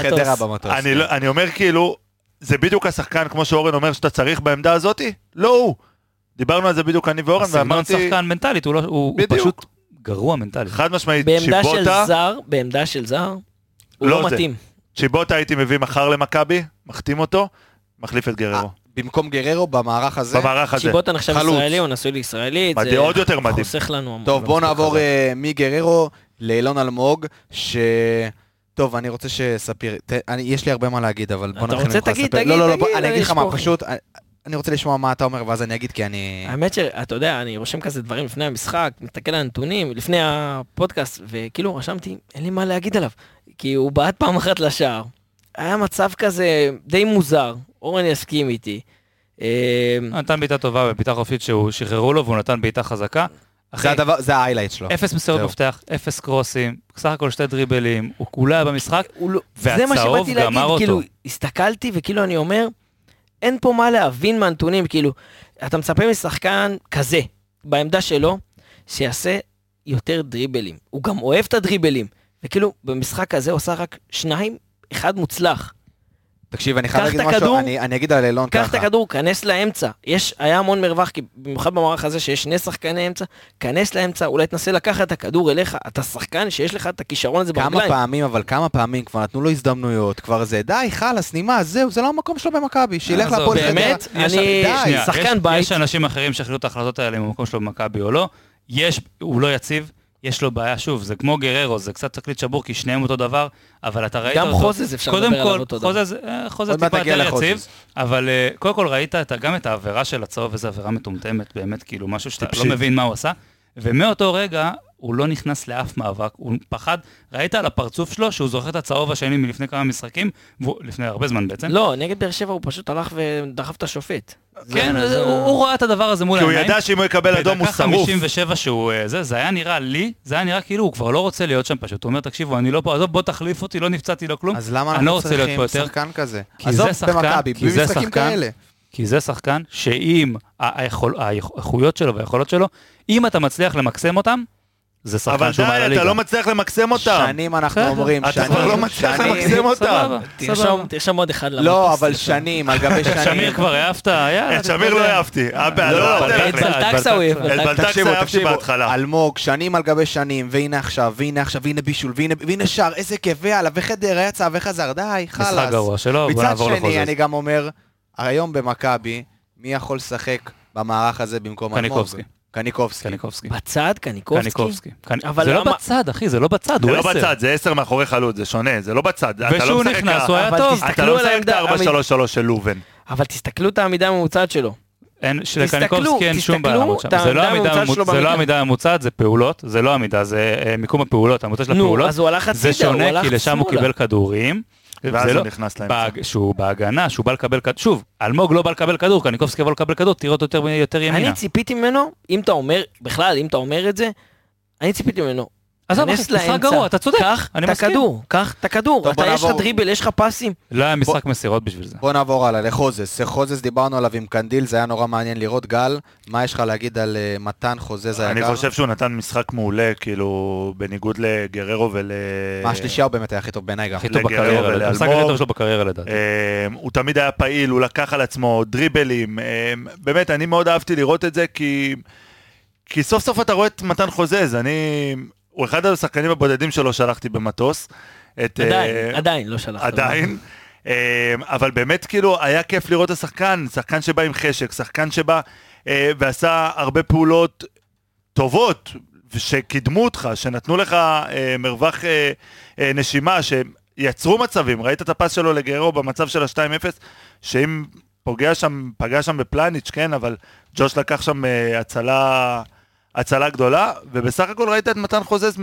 אני אומר כאילו, זה בדיוק השחקן, כמו שאורן אומר, שאתה צריך בעמדה הזאת? לא הוא. דיברנו על זה בדיוק אני ואורן, ואמרתי... הסגנון שחקן מנטלית, הוא פשוט גרוע מנטלית. חד משמעית, שיבוטה... בעמדה של זר, הוא לא מתאים. שיבוטה הייתי מביא מחר למכבי, מחתים אותו, מחליף את גררו. במקום גררו במערך הזה? במערך הזה. שיבוטה נחשב ישראלי, הוא נשוי לישראלית. מדהים, עוד יותר מדהים. חוסך לנו המון. טוב, בואו נעבור מגררו לאילון אלמוג, טוב, אני רוצה שספיר... יש לי הרבה מה להגיד, אבל בוא נתחיל ממך לספר. תגיד, לא, אני אגיד לך מה, פשוט... אני רוצה לשמוע מה אתה אומר, ואז אני אגיד, כי אני... האמת שאתה יודע, אני רושם כזה דברים לפני המשחק, מסתכל על הנתונים, לפני הפודקאסט, וכאילו רשמתי, אין לי מה להגיד עליו, כי הוא בעט פעם אחת לשער. היה מצב כזה די מוזר, אורן יסכים איתי. נתן בעיטה טובה ובעיטה חופשית שהוא שחררו לו, והוא נתן בעיטה חזקה. זה ההיילייט שלו. 0 מסירות מפתח, 0 קרוסים, סך הכל 2 דריבלים, הוא כולה היה במשחק, והצהוב גמר אותו. כאילו, הסתכלתי וכאילו אני אומר, אין פה מה להבין מהנתונים, כאילו, אתה מצפה משחקן כזה, בעמדה שלו, שיעשה יותר דריבלים. הוא גם אוהב את הדריבלים, וכאילו, במשחק הזה עושה רק 2, 1 מוצלח. תקשיב, אני חייב להגיד משהו, אני אגיד על אילון ככה. קח את הכדור, כנס לאמצע. היה המון מרווח, כי במיוחד במערך הזה שיש 2 שחקני אמצע, כנס לאמצע, אולי תנסה לקחת את הכדור אליך, אתה שחקן שיש לך את הכישרון הזה ברגליים. כמה פעמים כבר נתנו לו הזדמנויות, כבר זה, די, חלס, נימה, זהו, זה לא המקום שלו במכבי, שילך להפועל חדרה. באמת, אני שחקן בית. יש אנשים אחרים שהחליטו את ההחלטות האלה אם המקום שלו במכבי או לא. הוא לא יציב. יש לו בעיה, שוב, זה כמו גררו, זה קצת תקליט שבור, כי שניהם אותו דבר, אבל אתה ראית גם אותו... גם חוזז אפשר לדבר עליו אותו דבר. חוזז טיפה יותר יציב, אבל קודם כל ראית גם את העבירה של הצהוב, וזו עבירה מטומטמת, באמת, כאילו, משהו שאתה לא מבין מה הוא עשה, ומאותו רגע, הוא לא נכנס לאף מאבק, הוא פחד, ראית על הפרצוף שלו, שהוא זוכר את הצהוב השני מלפני כמה משחקים, לפני הרבה זמן בעצם. לא, נגד באר שבע הוא פשוט הלך ודחף את השופט. כן, הוא רואה את הדבר הזה מול העיניים. כי הוא ידע שאם הוא יקבל אדום הוא שרוף. בדקה 57 שהוא, זה היה נראה לי, זה היה נראה כאילו הוא כבר לא רוצה להיות שם פשוט. הוא אומר, תקשיבו, אני לא פה, עזוב, בוא תחליף אותי, לא נפצעתי, לא כלום. אז למה אנחנו צריכים שחקן כזה? עזוב במכבי, במשחקים כאלה. כי זה שחקן שאם האיכויות שלו והיכולות שלו, אם אתה מצליח למקסם אותם, זה שחקן שהוא מעל הליגה. אבל די, אתה לא מצליח למקסם אותם. שנים אנחנו אומרים, אתה כבר לא מצליח למקסם אותם. תרשום עוד אחד. לא, אבל שנים, על גבי שנים. שמיר כבר העפת, יאללה. את שמיר לא העפתי. את בלטקסה הוא העפת. את בלטקסה העפתי בהתחלה. אלמוג, שנים על גבי שנים, והנה עכשיו, והנה בישול, והנה שער, איזה כיף, ויאללה, וחדר יצא וחזר, די, חלאס. משחק גרוע שלו, בוא נעבור לחוזז. מצד שני, אני גם אומר, היום במכבי, מי יכול לשחק במערך הזה במקום אלמוג? קניקובסקי. בצד, קניקובסקי. זה לא בצד, אחי, זה לא בצד, הוא 10. זה לא בצד, זה 10 מאחורי חלוץ, זה שונה, זה לא בצד. ושהוא נכנס, הוא היה טוב. אתה לא משחק את ה-4-3-3 של לובן. אבל תסתכלו את העמידה הממוצעת שלו. שלקניקובסקי אין שום בעיה לעמוד שם. זה לא העמידה הממוצעת, זה פעולות, זה לא העמידה, זה מיקום הפעולות, הממוצע של הפעולות. אז הוא הלך הצידה, זה שונה, כי לשם הוא קיבל כדורים. ואז הוא נכנס לאמצע. שהוא בהגנה, שהוא בא לקבל כדור, שוב, אלמוג לא בא לקבל כדור, קניקובסקי בא לקבל כדור, תראה אותו יותר ימינה. אני ציפיתי ממנו, אם אתה אומר את זה, אני ציפיתי ממנו. עזוב, כנס משחק לאמצע, גרוע, אתה צודק, קח אני את מסכים. הכדור, קח את הכדור. טוב, בוא יש לך נעבור. דריבל, יש לך פסים. לא היה משחק מסירות בשביל זה. בוא נעבור הלאה, לחוזז. חוזז דיברנו עליו עם קנדיל, זה היה נורא מעניין לראות. גל, מה יש לך להגיד על מתן חוזז היקר? אני חושב שהוא נתן משחק מעולה, כאילו, בניגוד לגררו מה השלישייה הוא באמת היה הכי טוב בעיניי גם. הכי טוב לגררו בקריירה, ולאלמוג. המשחק הכי טוב שלו בקריירה לדעתי. הוא תמיד היה פעיל, הוא לקח על עצמו דריבלים. באמת, אני מאוד אהבתי לראות את זה, כי סוף סוף אתה רואה את מתן חוזז. הוא אחד השחקנים הבודדים שלו שלחתי במטוס. עדיין לא שלחת. עדיין. אבל באמת כאילו היה כיף לראות את השחקן, שחקן שבא עם חשק, שחקן שבא ועשה הרבה פעולות טובות, שקידמו אותך, שנתנו לך מרווח נשימה, שיצרו מצבים. ראית את הפס שלו לגרו במצב של ה-2-0, שאם פגע שם בפלניץ', כן, אבל ג'וש לקח שם הצלה גדולה, ובסך הכל ראית את מתן חוזז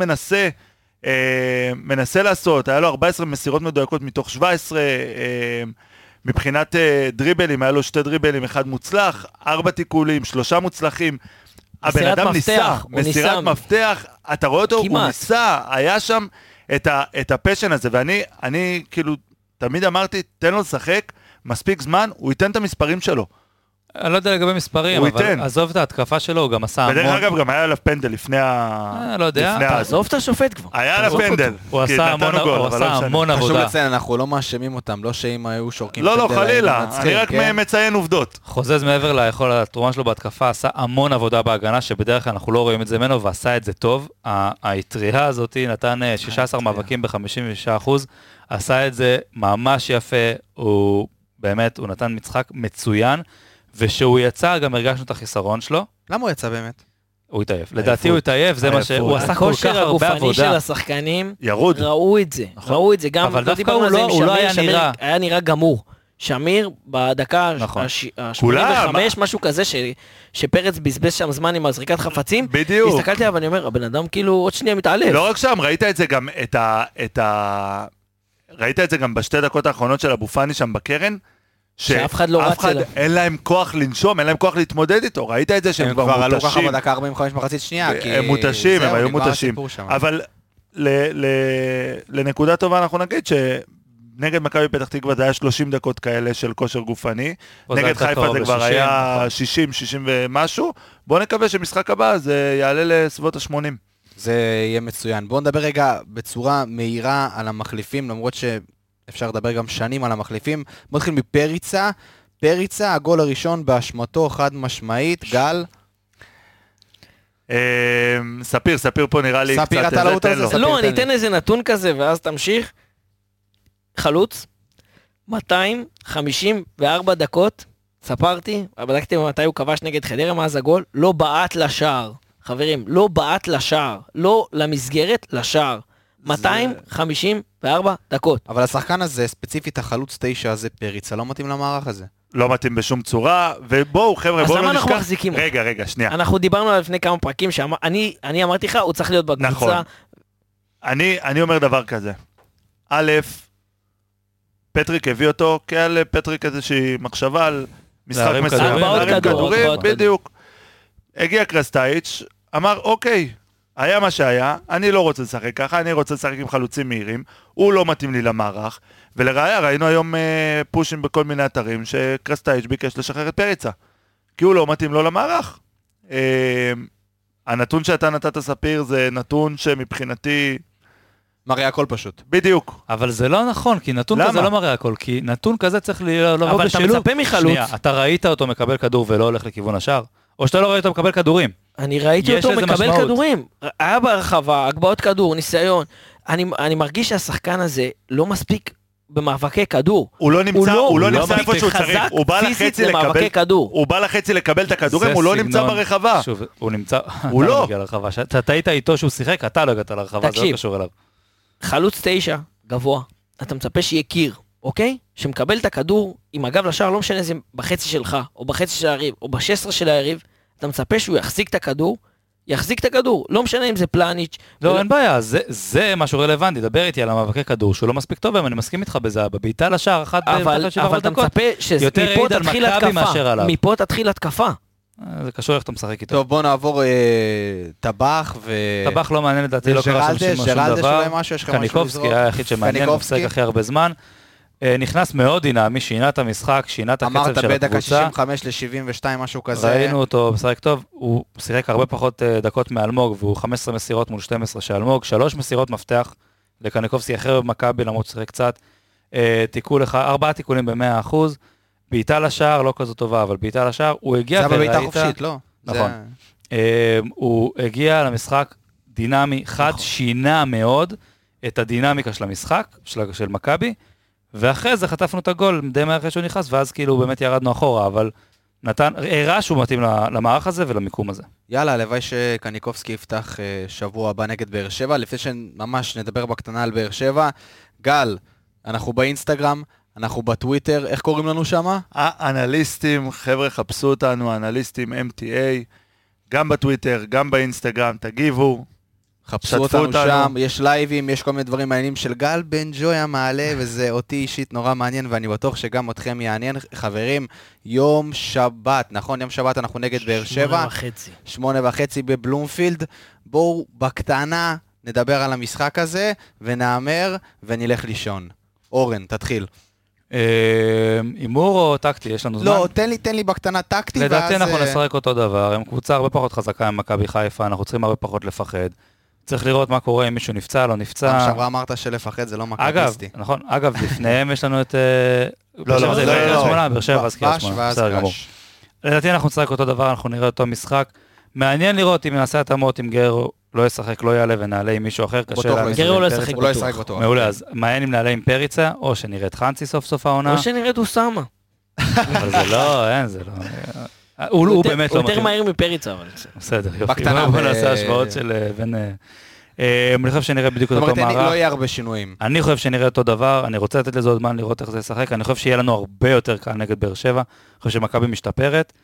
מנסה לעשות, היה לו 14 מסירות מדויקות מתוך 17, מבחינת דריבלים, היה לו 2 דריבלים, 1 מוצלח, 4 תיקולים, 3 מוצלחים, הבן אדם ניסה, מסירת מפתח, אתה רואה אותו, הוא ניסה, היה שם את הפשן הזה, ואני כאילו תמיד אמרתי, תן לו לשחק, מספיק זמן, הוא ייתן את המספרים שלו. אני לא יודע לגבי מספרים, אבל עזוב את ההתקפה שלו, הוא גם עשה המון. בדרך אגב, גם היה עליו פנדל לפני לא יודע. תעזוב את השופט כבר. היה עליו פנדל. הוא עשה המון עבודה. חשוב לציין, אנחנו לא מאשמים אותם, לא שאם היו שורקים פנדל. לא, חלילה, אני רק מציין עובדות. חוזז מעבר ליכול התרומה שלו בהתקפה, עשה המון עבודה בהגנה, שבדרך כלל אנחנו לא רואים את זה ממנו, ועשה את זה טוב. היתרייה הזאת נתן 16 מאבקים ב-56%, עשה את זה ממש יפה, הוא באמת, הוא נתן משחק מצוין, ושהוא יצא, גם הרגשנו את החיסרון שלו. למה הוא יצא באמת? הוא התעייף. לדעתי הוא התעייף, זה מה שהוא עשה כל כך הרבה עבודה. הכושר הגופני של השחקנים, ירוד. ראו את זה. ראו את זה, גם אבל דווקא הוא לא היה נראה. היה נראה גמור. שמיר בדקה ה-85, משהו כזה, שפרץ בזבז שם זמן עם הזריקת חפצים. בדיוק. הסתכלתי עליו ואני אומר, הבן אדם כאילו עוד שנייה מתעלף. לא רק שם, ראית את זה גם, ראית את זה גם בשתי דקות האחרונות של אבו פאני שם בקרן, שאף אחד לא רץ אליו. אין להם כוח לנשום, אין להם כוח להתמודד איתו, ראית את זה שהם כבר מותשים. הם כבר עלו ככה בדקה 45 מחצית שנייה. הם מותשים, הם היו מותשים. אבל לנקודה טובה אנחנו נגיד שנגד מכבי פתח תקווה זה היה 30 דקות כאלה של כושר גופני, נגד חיפה זה כבר היה 60, 60 ומשהו, בואו נקווה שמשחק הבא זה יעלה לסביבות ה-80. זה יהיה מצוין. בואו נדבר רגע בצורה מהירה על המחליפים, למרות שאפשר לדבר גם שנים על המחליפים. בואו נתחיל מפריצה. פריצה, הגול הראשון באשמתו חד משמעית. גל? ספיר פה נראה לי ספיר, קצת אתה לא תן לו. לא, אני אתן איזה נתון כזה ואז תמשיך. חלוץ, 254 דקות, ספרתי, בדקתי מתי הוא כבש נגד חדרה מאז הגול, לא בעט לשער. חברים, לא בעט לשער, לא למסגרת, לשער. 254 דקות. אבל השחקן הזה, ספציפית החלוץ 9 הזה, פריצה, לא מתאים למערך הזה. לא מתאים בשום צורה, ובואו חבר'ה, בואו לא נשכח. אז למה אנחנו מחזיקים? רגע, שנייה. אנחנו דיברנו על לפני כמה פרקים, אני אמרתי לך, הוא צריך להיות בקבוצה. נכון. אני אומר דבר כזה. א', פטריק הביא אותו, כי היה לפטריק איזושהי מחשבה על משחק מסוים. כדורים, בדיוק. הגיע קרסטייץ', אמר, אוקיי, היה מה שהיה, אני לא רוצה לשחק ככה, אני רוצה לשחק עם חלוצים מהירים, הוא לא מתאים לי למערך, ולראיה ראינו היום פושים בכל מיני אתרים, שקרסטייץ' ביקש לשחרר את פריצה, כי הוא לא מתאים לו למערך. הנתון שאתה נתת ספיר זה נתון שמבחינתי מראה הכל פשוט. בדיוק. אבל זה לא נכון, כי נתון כזה לא מראה הכל, כי נתון כזה צריך לבוא בשילוב. אבל אתה מצפה מחלוץ. שנייה, אתה ראית אותו מקבל כדור ולא הולך לכיוון השאר? או שאתה לא ראית אותו מקבל כדורים? אני ראיתי אותו מקבל כדורים. היה ברחבה, הגבעות כדור, ניסיון. אני מרגיש שהשחקן הזה לא מספיק במאבקי כדור. הוא לא נמצא איפה שהוא צריך. הוא בא לחצי לקבל כדור. הוא בא לחצי לקבל את הכדורים, הוא לא נמצא ברחבה. שוב, הוא נמצא, הוא לא. אתה היית איתו שהוא שיחק, אתה לא הגעת לרחבה, זה לא קשור אליו. חלוץ 9, גבוה. אתה מצפה שיהיה קיר, אוקיי? שמקבל את הכדור עם הגב לשער, לא משנה זה בחצי שלך, או בחצי של היריב, או ב-16 של היריב, אתה מצפה שהוא יחזיק את הכדור, לא משנה אם זה פלניץ'. לא, אין בעיה, זה משהו רלוונטי, דבר איתי על המאבקי כדור, שהוא לא מספיק טוב, אני מסכים איתך בזה, בביתה לשער, אבל אתה מצפה שמפה תתחיל התקפה, מפה תתחיל התקפה. זה קשור איך אתה משחק איתו. טוב, בוא נעבור טבח טבח לא מעניין לדעתי, לא קרה שם שום ג'רלדש דבר. אולי משהו, יש לך משהו קניקובסקי לזרוק? היה היחיד שמעניין, קניקובסקי. משחק הכי הרבה זמן. נכנס מאוד דינמי, שינה את המשחק, שינה את הקצב אמרת של בדקה הקבוצה. 65 ל-72, משהו כזה. ראינו אותו משחק טוב, הוא שיחק הרבה פחות דקות מאלמוג, והוא 15 מסירות מול 12 של אלמוג, 3 מסירות מפתח לקניקובסקי אחר במכבי, למרות ששיחק קצת. 4 תיקולים ב-100%, בעיטה לשער, לא כזו טובה, אבל בעיטה לשער, הוא הגיע זה בבעיטה חופשית, לא? נכון. הוא הגיע למשחק דינמי, חד, שינה מאוד את הדינמיקה של המשחק, של מכבי, ואחרי זה חטפנו את הגול די מהר אחרי שהוא נכנס, ואז כאילו באמת ירדנו אחורה, אבל הראה שהוא מתאים למערך הזה ולמיקום הזה. יאללה, הלוואי שקניקובסקי יפתח שבוע הבא נגד באר שבע, לפני שממש נדבר בקטנה על באר שבע. גל, אנחנו באינסטגרם, אנחנו בטוויטר, איך קוראים לנו שמה? האנליסטים, חבר'ה חפשו אותנו, אנליסטים MTA, גם בטוויטר, גם באינסטגרם, תגיבו. חפשו אותנו שם, יש לייבים, יש כל מיני דברים מעניינים של גל בן ג'וי המעלה, וזה אותי אישית נורא מעניין, ואני בטוח שגם אתכם יעניין. חברים, יום שבת, נכון? יום שבת אנחנו נגד באר שבע. 8:30 בבלומפילד. בואו בקטנה נדבר על המשחק הזה, ונאמר ונלך לישון. אורן, תתחיל. אימור או טקטי? יש לנו זמן? לא, תן לי בקטנה טקטי. לדעתי אנחנו נשחק אותו דבר, הם קבוצה הרבה פחות חזקה עם מכבי חיפה, אנחנו צריכים הרבה פחות לפחד. צריך לראות מה קורה אם מישהו נפצע, לא נפצע. עכשיו אמרת שלפחד זה לא מכביסטי. נכון, אגב, לפניהם יש לנו את... לא, זה קריית שמונה, באר שבע, אז קריית שמונה. בסדר גמור. לדעתי אנחנו נשחק אותו דבר, אנחנו נראה אותו משחק. מעניין לראות אם נעשה התאמות, אם גר לא ישחק, לא יעלה ונעלה עם מישהו אחר, קשה לה. גר לא ישחק בטוח. מעולה, אז מעניין אם נעלה עם פריצה, או שנראה את חנסי סוף סוף העונה. או שנראה את אוסמה. אבל זה לא, אין, זה לא... הוא באמת לא מתאים. הוא יותר מהיר מפריצה, אבל... בסדר, יופי. בוא נעשה השוואות של בין... אני חושב שנראה בדיוק אותו מערך. לא יהיה הרבה שינויים. אני חושב שנראה אותו דבר, אני רוצה לתת לזה עוד זמן לראות איך זה ישחק, אני חושב שיהיה לנו הרבה יותר קל נגד באר שבע, אני חושב שמכבי משתפרת.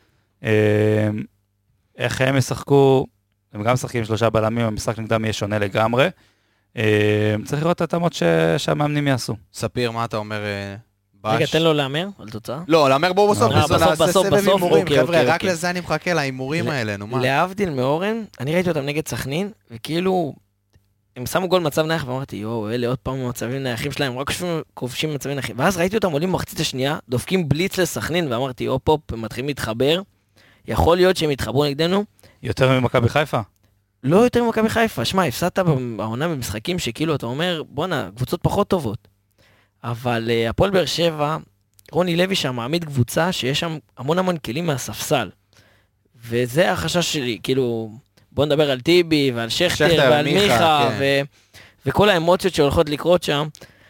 איך הם ישחקו, הם גם משחקים 3 בלמים, המשחק נגדם יהיה שונה לגמרי. צריך לראות את התאמות שהמאמנים יעשו. ספיר, מה אתה אומר? רגע, תן לו לאמר על תוצאה. לא, לאמר בואו בסוף, נעשה סבב הימורים, אוקיי, חבר'ה, רק אוקיי. לזה אני מחכה, להימורים האלה, נו מה. להבדיל מאורן, אני ראיתי אותם נגד סכנין, וכאילו, הם שמו גול מצב נייח, ואמרתי, יואו, אלה עוד פעם מצבים נייחים שלהם, רק כובשים מצבים נייחים. ואז ראיתי אותם עולים במחצית השנייה, דופקים בליץ לסכנין, ואמרתי, הופ, הם מתחילים להתחבר, יכול להיות שהם יתחברו נגדנו. יותר ממכבי חיפה? לא יותר ממכבי חיפה, שמע, הפסדת בעונה במשחקים שכאילו, אתה אומר, בואנה, קבוצות פחות טובות. אבל הפועל באר שבע, רוני לוי שם מעמיד קבוצה שיש שם המון כלים מהספסל. וזה החשש שלי, כאילו, בוא נדבר על טיבי ועל שכטר ועל מיכה, וכל האמוציות שהולכות לקרות שם.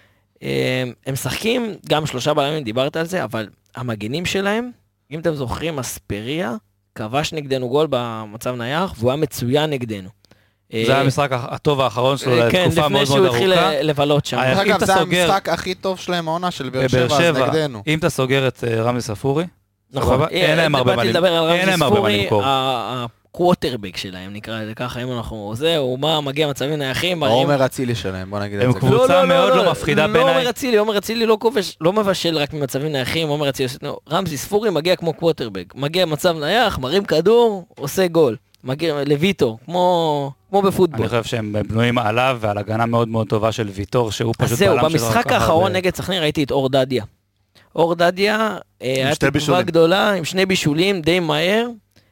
הם משחקים, גם 3 בלמים, דיברת על זה, אבל המגנים שלהם, אם אתם זוכרים, אספריה, כבש נגדנו גול במצב נייח, והוא היה מצוין נגדנו. זה המשחק הטוב האחרון שלו לתקופה מאוד מאוד ארוכה. כן, לפני שהוא התחיל לבלות שם. אגב, זה המשחק הכי טוב שלהם, העונה של באר שבע, אז נגדנו. אם אתה סוגר את רמזי ספורי, נכון, אין להם הרבה מה למכור. הקווטרבק שלהם, נקרא לזה ככה, אם אנחנו... זהו, מה מגיע מצבים נייחים? עומר אצילי שלהם, בוא נגיד את זה. הם קבוצה מאוד לא מפחידה בעיניי. עומר אצילי לא כובש, לא מבשל רק ממצבים נייחים, עומר אצילי, רמזי ספורי מגיע כמו קווטרבק, מגיע מצב נייח, מרים כדור, עושה גול. מגיע לויטור, כמו בפוטבול. אני חושב שהם בנויים עליו ועל הגנה מאוד מאוד טובה של ויטור, שהוא פשוט... אז זהו, במשחק האחרון נגד סכנין ראיתי את אור דדיה. אור דדיה היה תקווה גדולה, עם 2 בישולים, די מהר.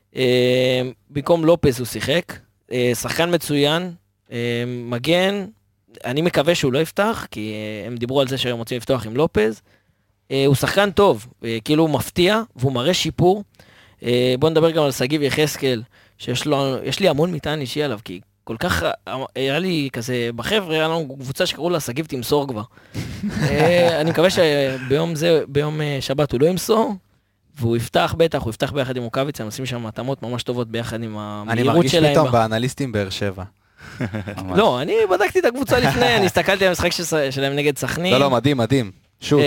במקום לופז הוא שיחק. שחקן מצוין, מגן. אני מקווה שהוא לא יפתח, כי הם דיברו על זה שהם רוצים לפתוח עם לופז. הוא שחקן טוב, כאילו הוא מפתיע, והוא מראה שיפור. בוא נדבר גם על סגיב יחזקאל, שיש לי המון מטען אישי עליו, כי כל כך, היה לי כזה, בחבר'ה, היה לנו קבוצה שקראו לה סגיב תמסור כבר. אני מקווה שביום שבת הוא לא ימסור, והוא יפתח בטח, הוא יפתח ביחד עם רוקאביצה, הם עושים שם התאמות ממש טובות ביחד עם המהירות שלהם. אני מרגיש פתאום באנליסטים באר שבע. לא, אני בדקתי את הקבוצה לפני, אני הסתכלתי על המשחק שלהם נגד סכנין. לא, מדהים, שוט.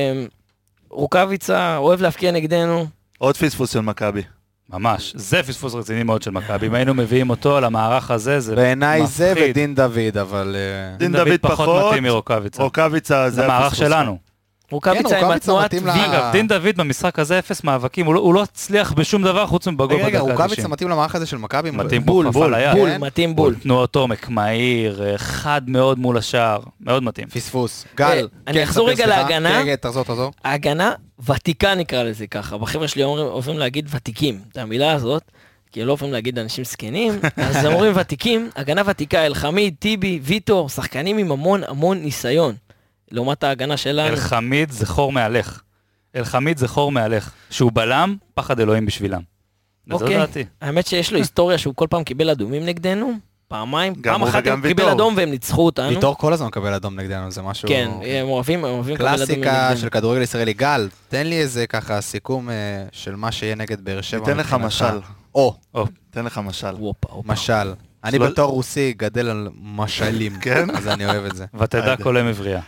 רוקאביצה אוהב להפקיע נגדנו. עוד פספוס של מכבי. ממש, זה פספוס רציני מאוד של מכבי. אם היינו מביאים אותו למערך הזה, זה בעיניי זה ודין דוד, אבל... דין דוד פחות מתאים מרוקאביצה. רוקאביצה זה מערך שלנו. רוקאביצה עם התנועת מתאים וי. אגב, דין דוד במשחק הזה 0 מאבקים, הוא לא הצליח בשום דבר חוץ מבגול רגע, בדקה רוקאביצה 90. מתאים למערך הזה של מכבי? מתאים בול, בול, בול, מתאים בול. תנועות עומק מהיר, חד מאוד מול השער, מאוד מתאים. פספוס. גל. אני כן, אחזור ספר, רגע סליחה. להגנה. כן, תחזור. ההגנה ותיקה נקרא לזה ככה. בחבר'ה שלי אוהבים להגיד ותיקים. את המילה הזאת, כי לא אוהבים להגיד אנשים זקנים, אז הם אומרים ותיקים. הגנה ותיקה, אלחמיד, טיבי, ויטור, שחקנים עם המון ניסיון. לעומת ההגנה שלנו. אלחמיד זה חור מהלך. שהוא בלם, פחד אלוהים בשבילם. וזו דעתי. האמת שיש לו היסטוריה שהוא כל פעם קיבל אדומים נגדנו, פעמיים, פעם הוא אחת וגם הוא קיבל ויטור. אדום והם ניצחו אותנו. ויטור כל הזמן מקבל אדום נגדנו, זה משהו... כן, הם אוהבים לקבל אדומים קלאסיקה נגדנו. של כדורגל ישראלי. גל, תן לי איזה ככה סיכום של מה שיהיה נגד באר שבע. ניתן לך מבחינתך. משל. או, ניתן לך משל. הופה. משל. אני בתור רוסי גדל על משלים. כן? אז אני אוהב את זה. ותדע כל אם עברייה.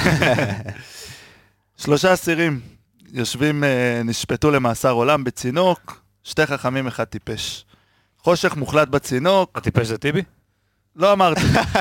3 אסירים יושבים, נשפטו למאסר עולם בצינוק, 2 חכמים 1 טיפש. חושך מוחלט בצינוק, הטיפש זה טיבי? לא אמרתי.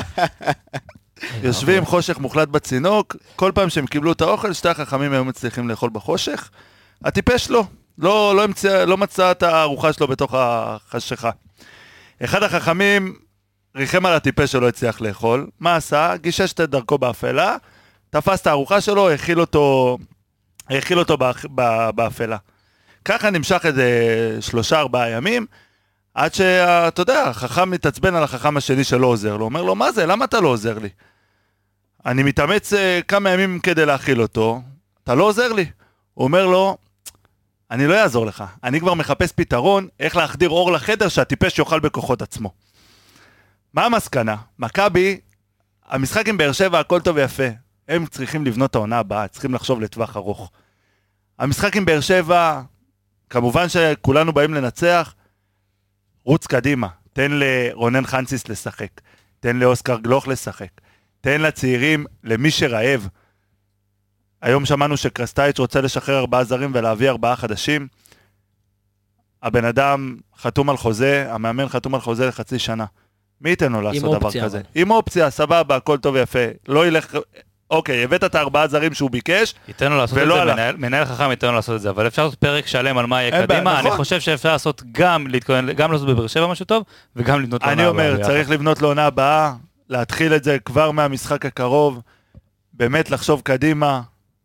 יושבים חושך מוחלט בצינוק, כל פעם שהם קיבלו את האוכל, 2 חכמים היו מצליחים לאכול בחושך. הטיפש לא מצא את הארוחה שלו בתוך החשיכה. אחד החכמים ריחם על הטיפש שלא הצליח לאכול. מה עשה? גישש את דרכו באפלה, תפס את הארוחה שלו, האכיל אותו באפלה. ככה נמשך איזה 3-4 ימים, עד שאתה יודע, החכם מתעצבן על החכם השני שלא עוזר לו. אומר לו, מה זה? למה אתה לא עוזר לי? אני מתאמץ כמה ימים כדי להאכיל אותו, אתה לא עוזר לי. הוא אומר לו, אני לא אעזור לך, אני כבר מחפש פתרון איך להחדיר אור לחדר שהטיפש יאכל בכוחות עצמו. מה המסקנה? מכבי, המשחק עם באר שבע הכל טוב ויפה, הם צריכים לבנות את העונה הבאה, צריכים לחשוב לטווח ארוך. המשחק עם באר שבע, כמובן שכולנו באים לנצח, רוץ קדימה, תן לרונן חנסיס לשחק, תן לאוסקר גלוך לשחק, תן לצעירים, למי שרעב. היום שמענו שקרסטייץ' רוצה לשחרר 4 זרים ולהביא 4 חדשים. הבן אדם חתום על חוזה, המאמן חתום על חוזה לחצי שנה. מי ייתן לו לעשות דבר כזה? עם אופציה, סבבה, הכל טוב ויפה. לא ילך... אוקיי, הבאת את 4 זרים שהוא ביקש, ייתן לו לעשות את זה, מנהל חכם ייתן לו לעשות את זה, אבל אפשר לעשות פרק שלם על מה יהיה קדימה. אני חושב שאפשר לעשות גם לעשות בבאר שבע משהו טוב, וגם לבנות לעונה אני הבאה. אומר, צריך לבנות לעונה הבאה, להתחיל את זה כבר מהמשחק הקרוב, באמת לחשוב קדימה,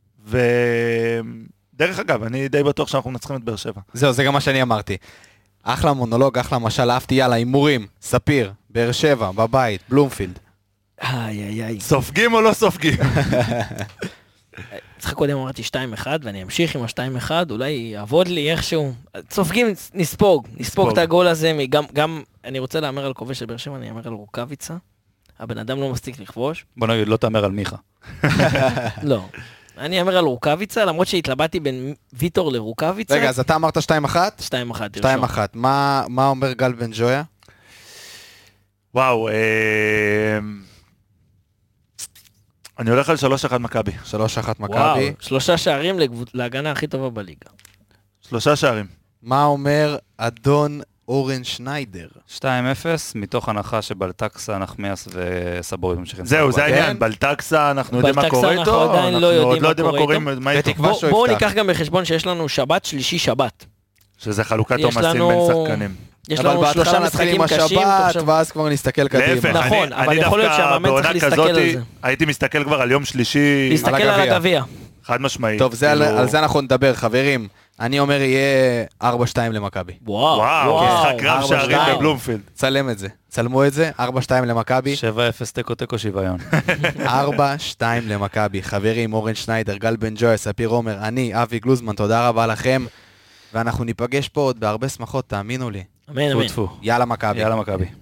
ודרך אגב, אני די בטוח שאנחנו מנצחים את באר שבע. זהו, זה גם מה שאני אמרתי. אחלה מונולוג, אחלה משל, אהבתי, יאללה, הימורים, ספיר, באר שבע, בבית, בלומפילד. סופגים או לא סופגים? צריך קודם אמרתי 2-1, ואני אמשיך עם ה-2-1, אולי יעבוד לי איכשהו. סופגים, נספוג את הגול הזה, גם אני רוצה לאמר על כובש של באר שבע, אני אמר על רוקאביצה. הבן אדם לא מספיק לכבוש. בוא נגיד, לא תאמר על מיכה. לא. אני אמר על רוקאביצה, למרות שהתלבטתי בין ויטור לרוקאביצה. רגע, אז אתה אמרת 2-1? 2-1. 2-1. מה אומר גל בן ג'ויה? וואו, אני הולך על 3-1 מכבי. 3-1 מכבי. וואו, 3 שערים להגנה הכי טובה בליגה. 3 שערים. מה אומר אדון אורן שניידר? 2-0, מתוך הנחה שבלטקסה, נחמיאס וסבורית ממשיכים. זהו, זה העניין, בלטקסה, אנחנו יודעים מה קורה איתו, אנחנו עדיין לא יודעים מה קורה איתו. בואו ניקח גם בחשבון שיש לנו שבת, שלישי שבת. שזה חלוקת עומסים בין שחקנים. יש לנו 3 משחקים קשים. ואז כבר נסתכל קדימה. נכון, אבל יכול להיות שהמאמן צריך להסתכל על זה. הייתי מסתכל כבר על יום שלישי. להסתכל על הגביע. חד משמעית. טוב, על זה אנחנו נדבר, חברים. אני אומר יהיה 4-2 למכבי. וואו, משחק רב שערים בבלומפילד. צלם את זה. צלמו את זה, 4-2 למכבי. 7-0 תיקו שוויון. 4-2 למכבי. חברים, אורן שניידר, גל בן ג'ויה, ספיר עומר, אני, אבי גלוזמן, תודה רבה לכם. ואנחנו ניפגש פה עוד בהרבה שמחות, תאמינו לי. אמן, אמן. יאללה מכבי. יאללה מכבי.